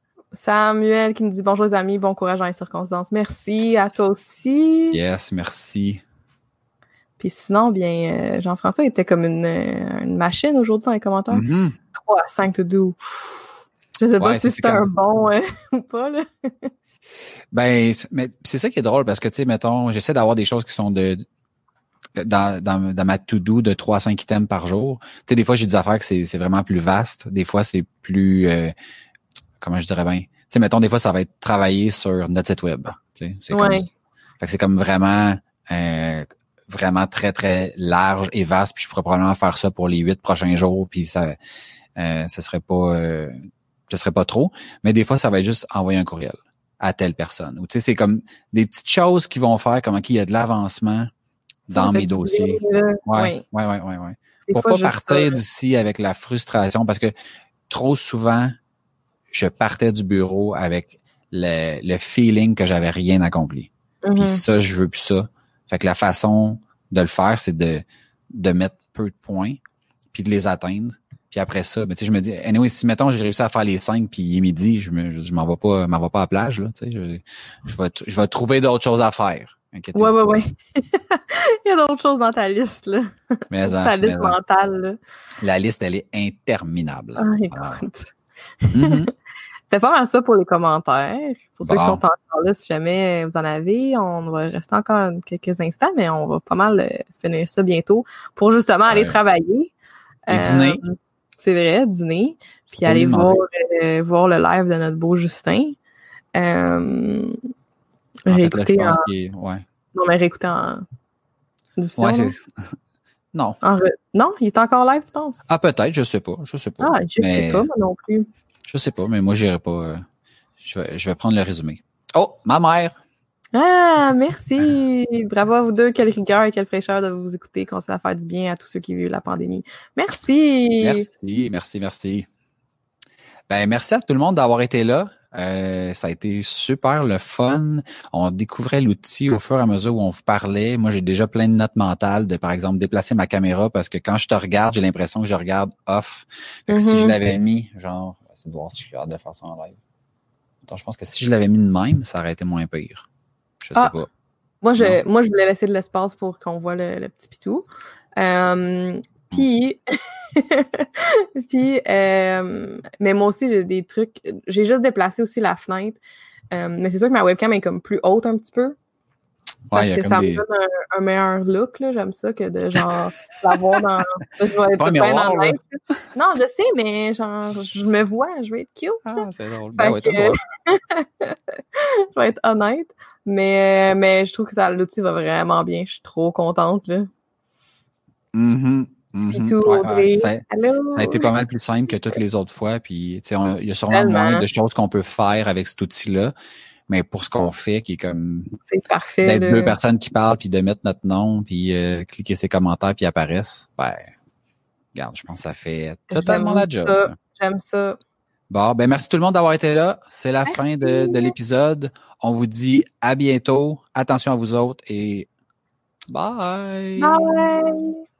Samuel qui nous dit bonjour les amis, bon courage dans les circonstances. Merci à toi aussi. Yes, merci. Puis sinon, bien, euh, Jean-François était comme une, une machine aujourd'hui dans les commentaires. Mm-hmm. trois à cinq to do. Je sais pas ouais, si c'est un bon euh, ou pas, là. Ben, mais c'est ça qui est drôle parce que, tu sais, mettons, j'essaie d'avoir des choses qui sont de dans, dans, dans ma to-do de trois à cinq items par jour. Tu sais, des fois, j'ai des affaires que c'est, c'est vraiment plus vaste. Des fois, c'est plus... Euh, comment je dirais bien? Tu sais, mettons, des fois, ça va être travailler sur notre site web. Tu sais, c'est ouais. comme, fait que c'est comme vraiment... Euh, vraiment très, très large et vaste. Puis je pourrais probablement faire ça pour les huit prochains jours. Puis ça... Euh, ce serait pas... Euh, ce serait pas trop. Mais des fois, ça va être juste envoyer un courriel à telle personne. Ou tu sais, c'est comme des petites choses qui vont faire comme qu'il y a de l'avancement dans mes dossiers. Bien, ouais, oui, ouais, ouais, ouais. Pour pas partir ça, d'ici avec la frustration, parce que trop souvent, je partais du bureau avec le, le feeling que j'avais rien accompli. Mm-hmm. Puis ça, je veux plus ça. Fait que la façon de le faire, c'est de, de mettre peu de points, puis de les atteindre. Puis après ça, ben, tu sais, je me dis, anyway, si mettons j'ai réussi à faire les cinq, puis il est midi, je me, je, je m'en vais pas, m'en vais pas à la plage là. Tu sais, je, je vais, je vais trouver d'autres choses à faire. Ouais, ouais, ouais. Il y a d'autres choses dans ta liste là. Mais ta en, liste mais mentale là. La liste, elle est interminable. Ah, écoute. Mm-hmm. C'était pas mal ça pour les commentaires. Pour bon. Ceux qui sont encore là, si jamais vous en avez, on va rester encore quelques instants, mais on va pas mal finir ça bientôt pour justement ouais. aller travailler. Et euh, dîner. C'est vrai, dîner. Puis aller voir, euh, voir le live de notre beau Justin. Euh, en réécouter fait, là, je pense en... qu'il est... ouais. Non, mais réécouter en diffusion. Ouais, c'est... non. En re... Non, il est encore live, tu penses? Ah, peut-être, je sais pas. Je sais pas. Ah, je mais... sais pas, moi non plus. Je sais pas, mais moi, j'irai pas. Euh... Je, vais, je vais prendre le résumé. Oh, ma mère! Ah, merci! Bravo à vous deux. Quelle rigueur et quelle fraîcheur de vous écouter. Continuez à faire du bien à tous ceux qui vivent la pandémie. Merci! Merci, merci, merci. Ben, merci à tout le monde d'avoir été là. Euh, ça a été super le fun. On découvrait l'outil au fur et à mesure où on vous parlait. Moi, j'ai déjà plein de notes mentales de, par exemple, déplacer ma caméra parce que quand je te regarde, j'ai l'impression que je regarde off. Fait que mm-hmm. si je l'avais mis, genre, c'est de voir si je suis hâte de faire ça en live. Attends, je pense que si je l'avais mis de même, ça aurait été moins pire. Je sais ah, pas. Moi, je, moi, je voulais laisser de l'espace pour qu'on voit le, le petit pitou. Euh, puis, puis, euh, mais moi aussi, j'ai des trucs. J'ai juste déplacé aussi la fenêtre. Euh, mais c'est sûr que ma webcam est comme plus haute un petit peu. Parce ouais, que ça des... me donne un, un meilleur look, là. J'aime ça que de genre l'avoir dans. Je vais être pas un miroir, dans non, je sais, mais genre, je me vois, je vais être cute. Ah, là. c'est drôle. Ben ouais, que... je vais être honnête. Mais, mais je trouve que ça, l'outil va vraiment bien. Je suis trop contente, là. Mm-hmm. Mm-hmm. Tout, ouais, ouais. Ça, Allô? ça a été pas mal plus simple que toutes les autres fois. Puis, tu sais, il y a sûrement Tellement. moins de choses qu'on peut faire avec cet outil-là. Mais pour ce qu'on fait, qui est comme c'est parfait, d'être là. deux personnes qui parlent, puis de mettre notre nom, puis euh, cliquer ses commentaires, puis apparaissent, ben, regarde, je pense que ça fait totalement J'aime la job. Ça. J'aime ça. Bon, ben merci tout le monde d'avoir été là. C'est la merci. fin de, de l'épisode. On vous dit à bientôt. Attention à vous autres et bye! Bye!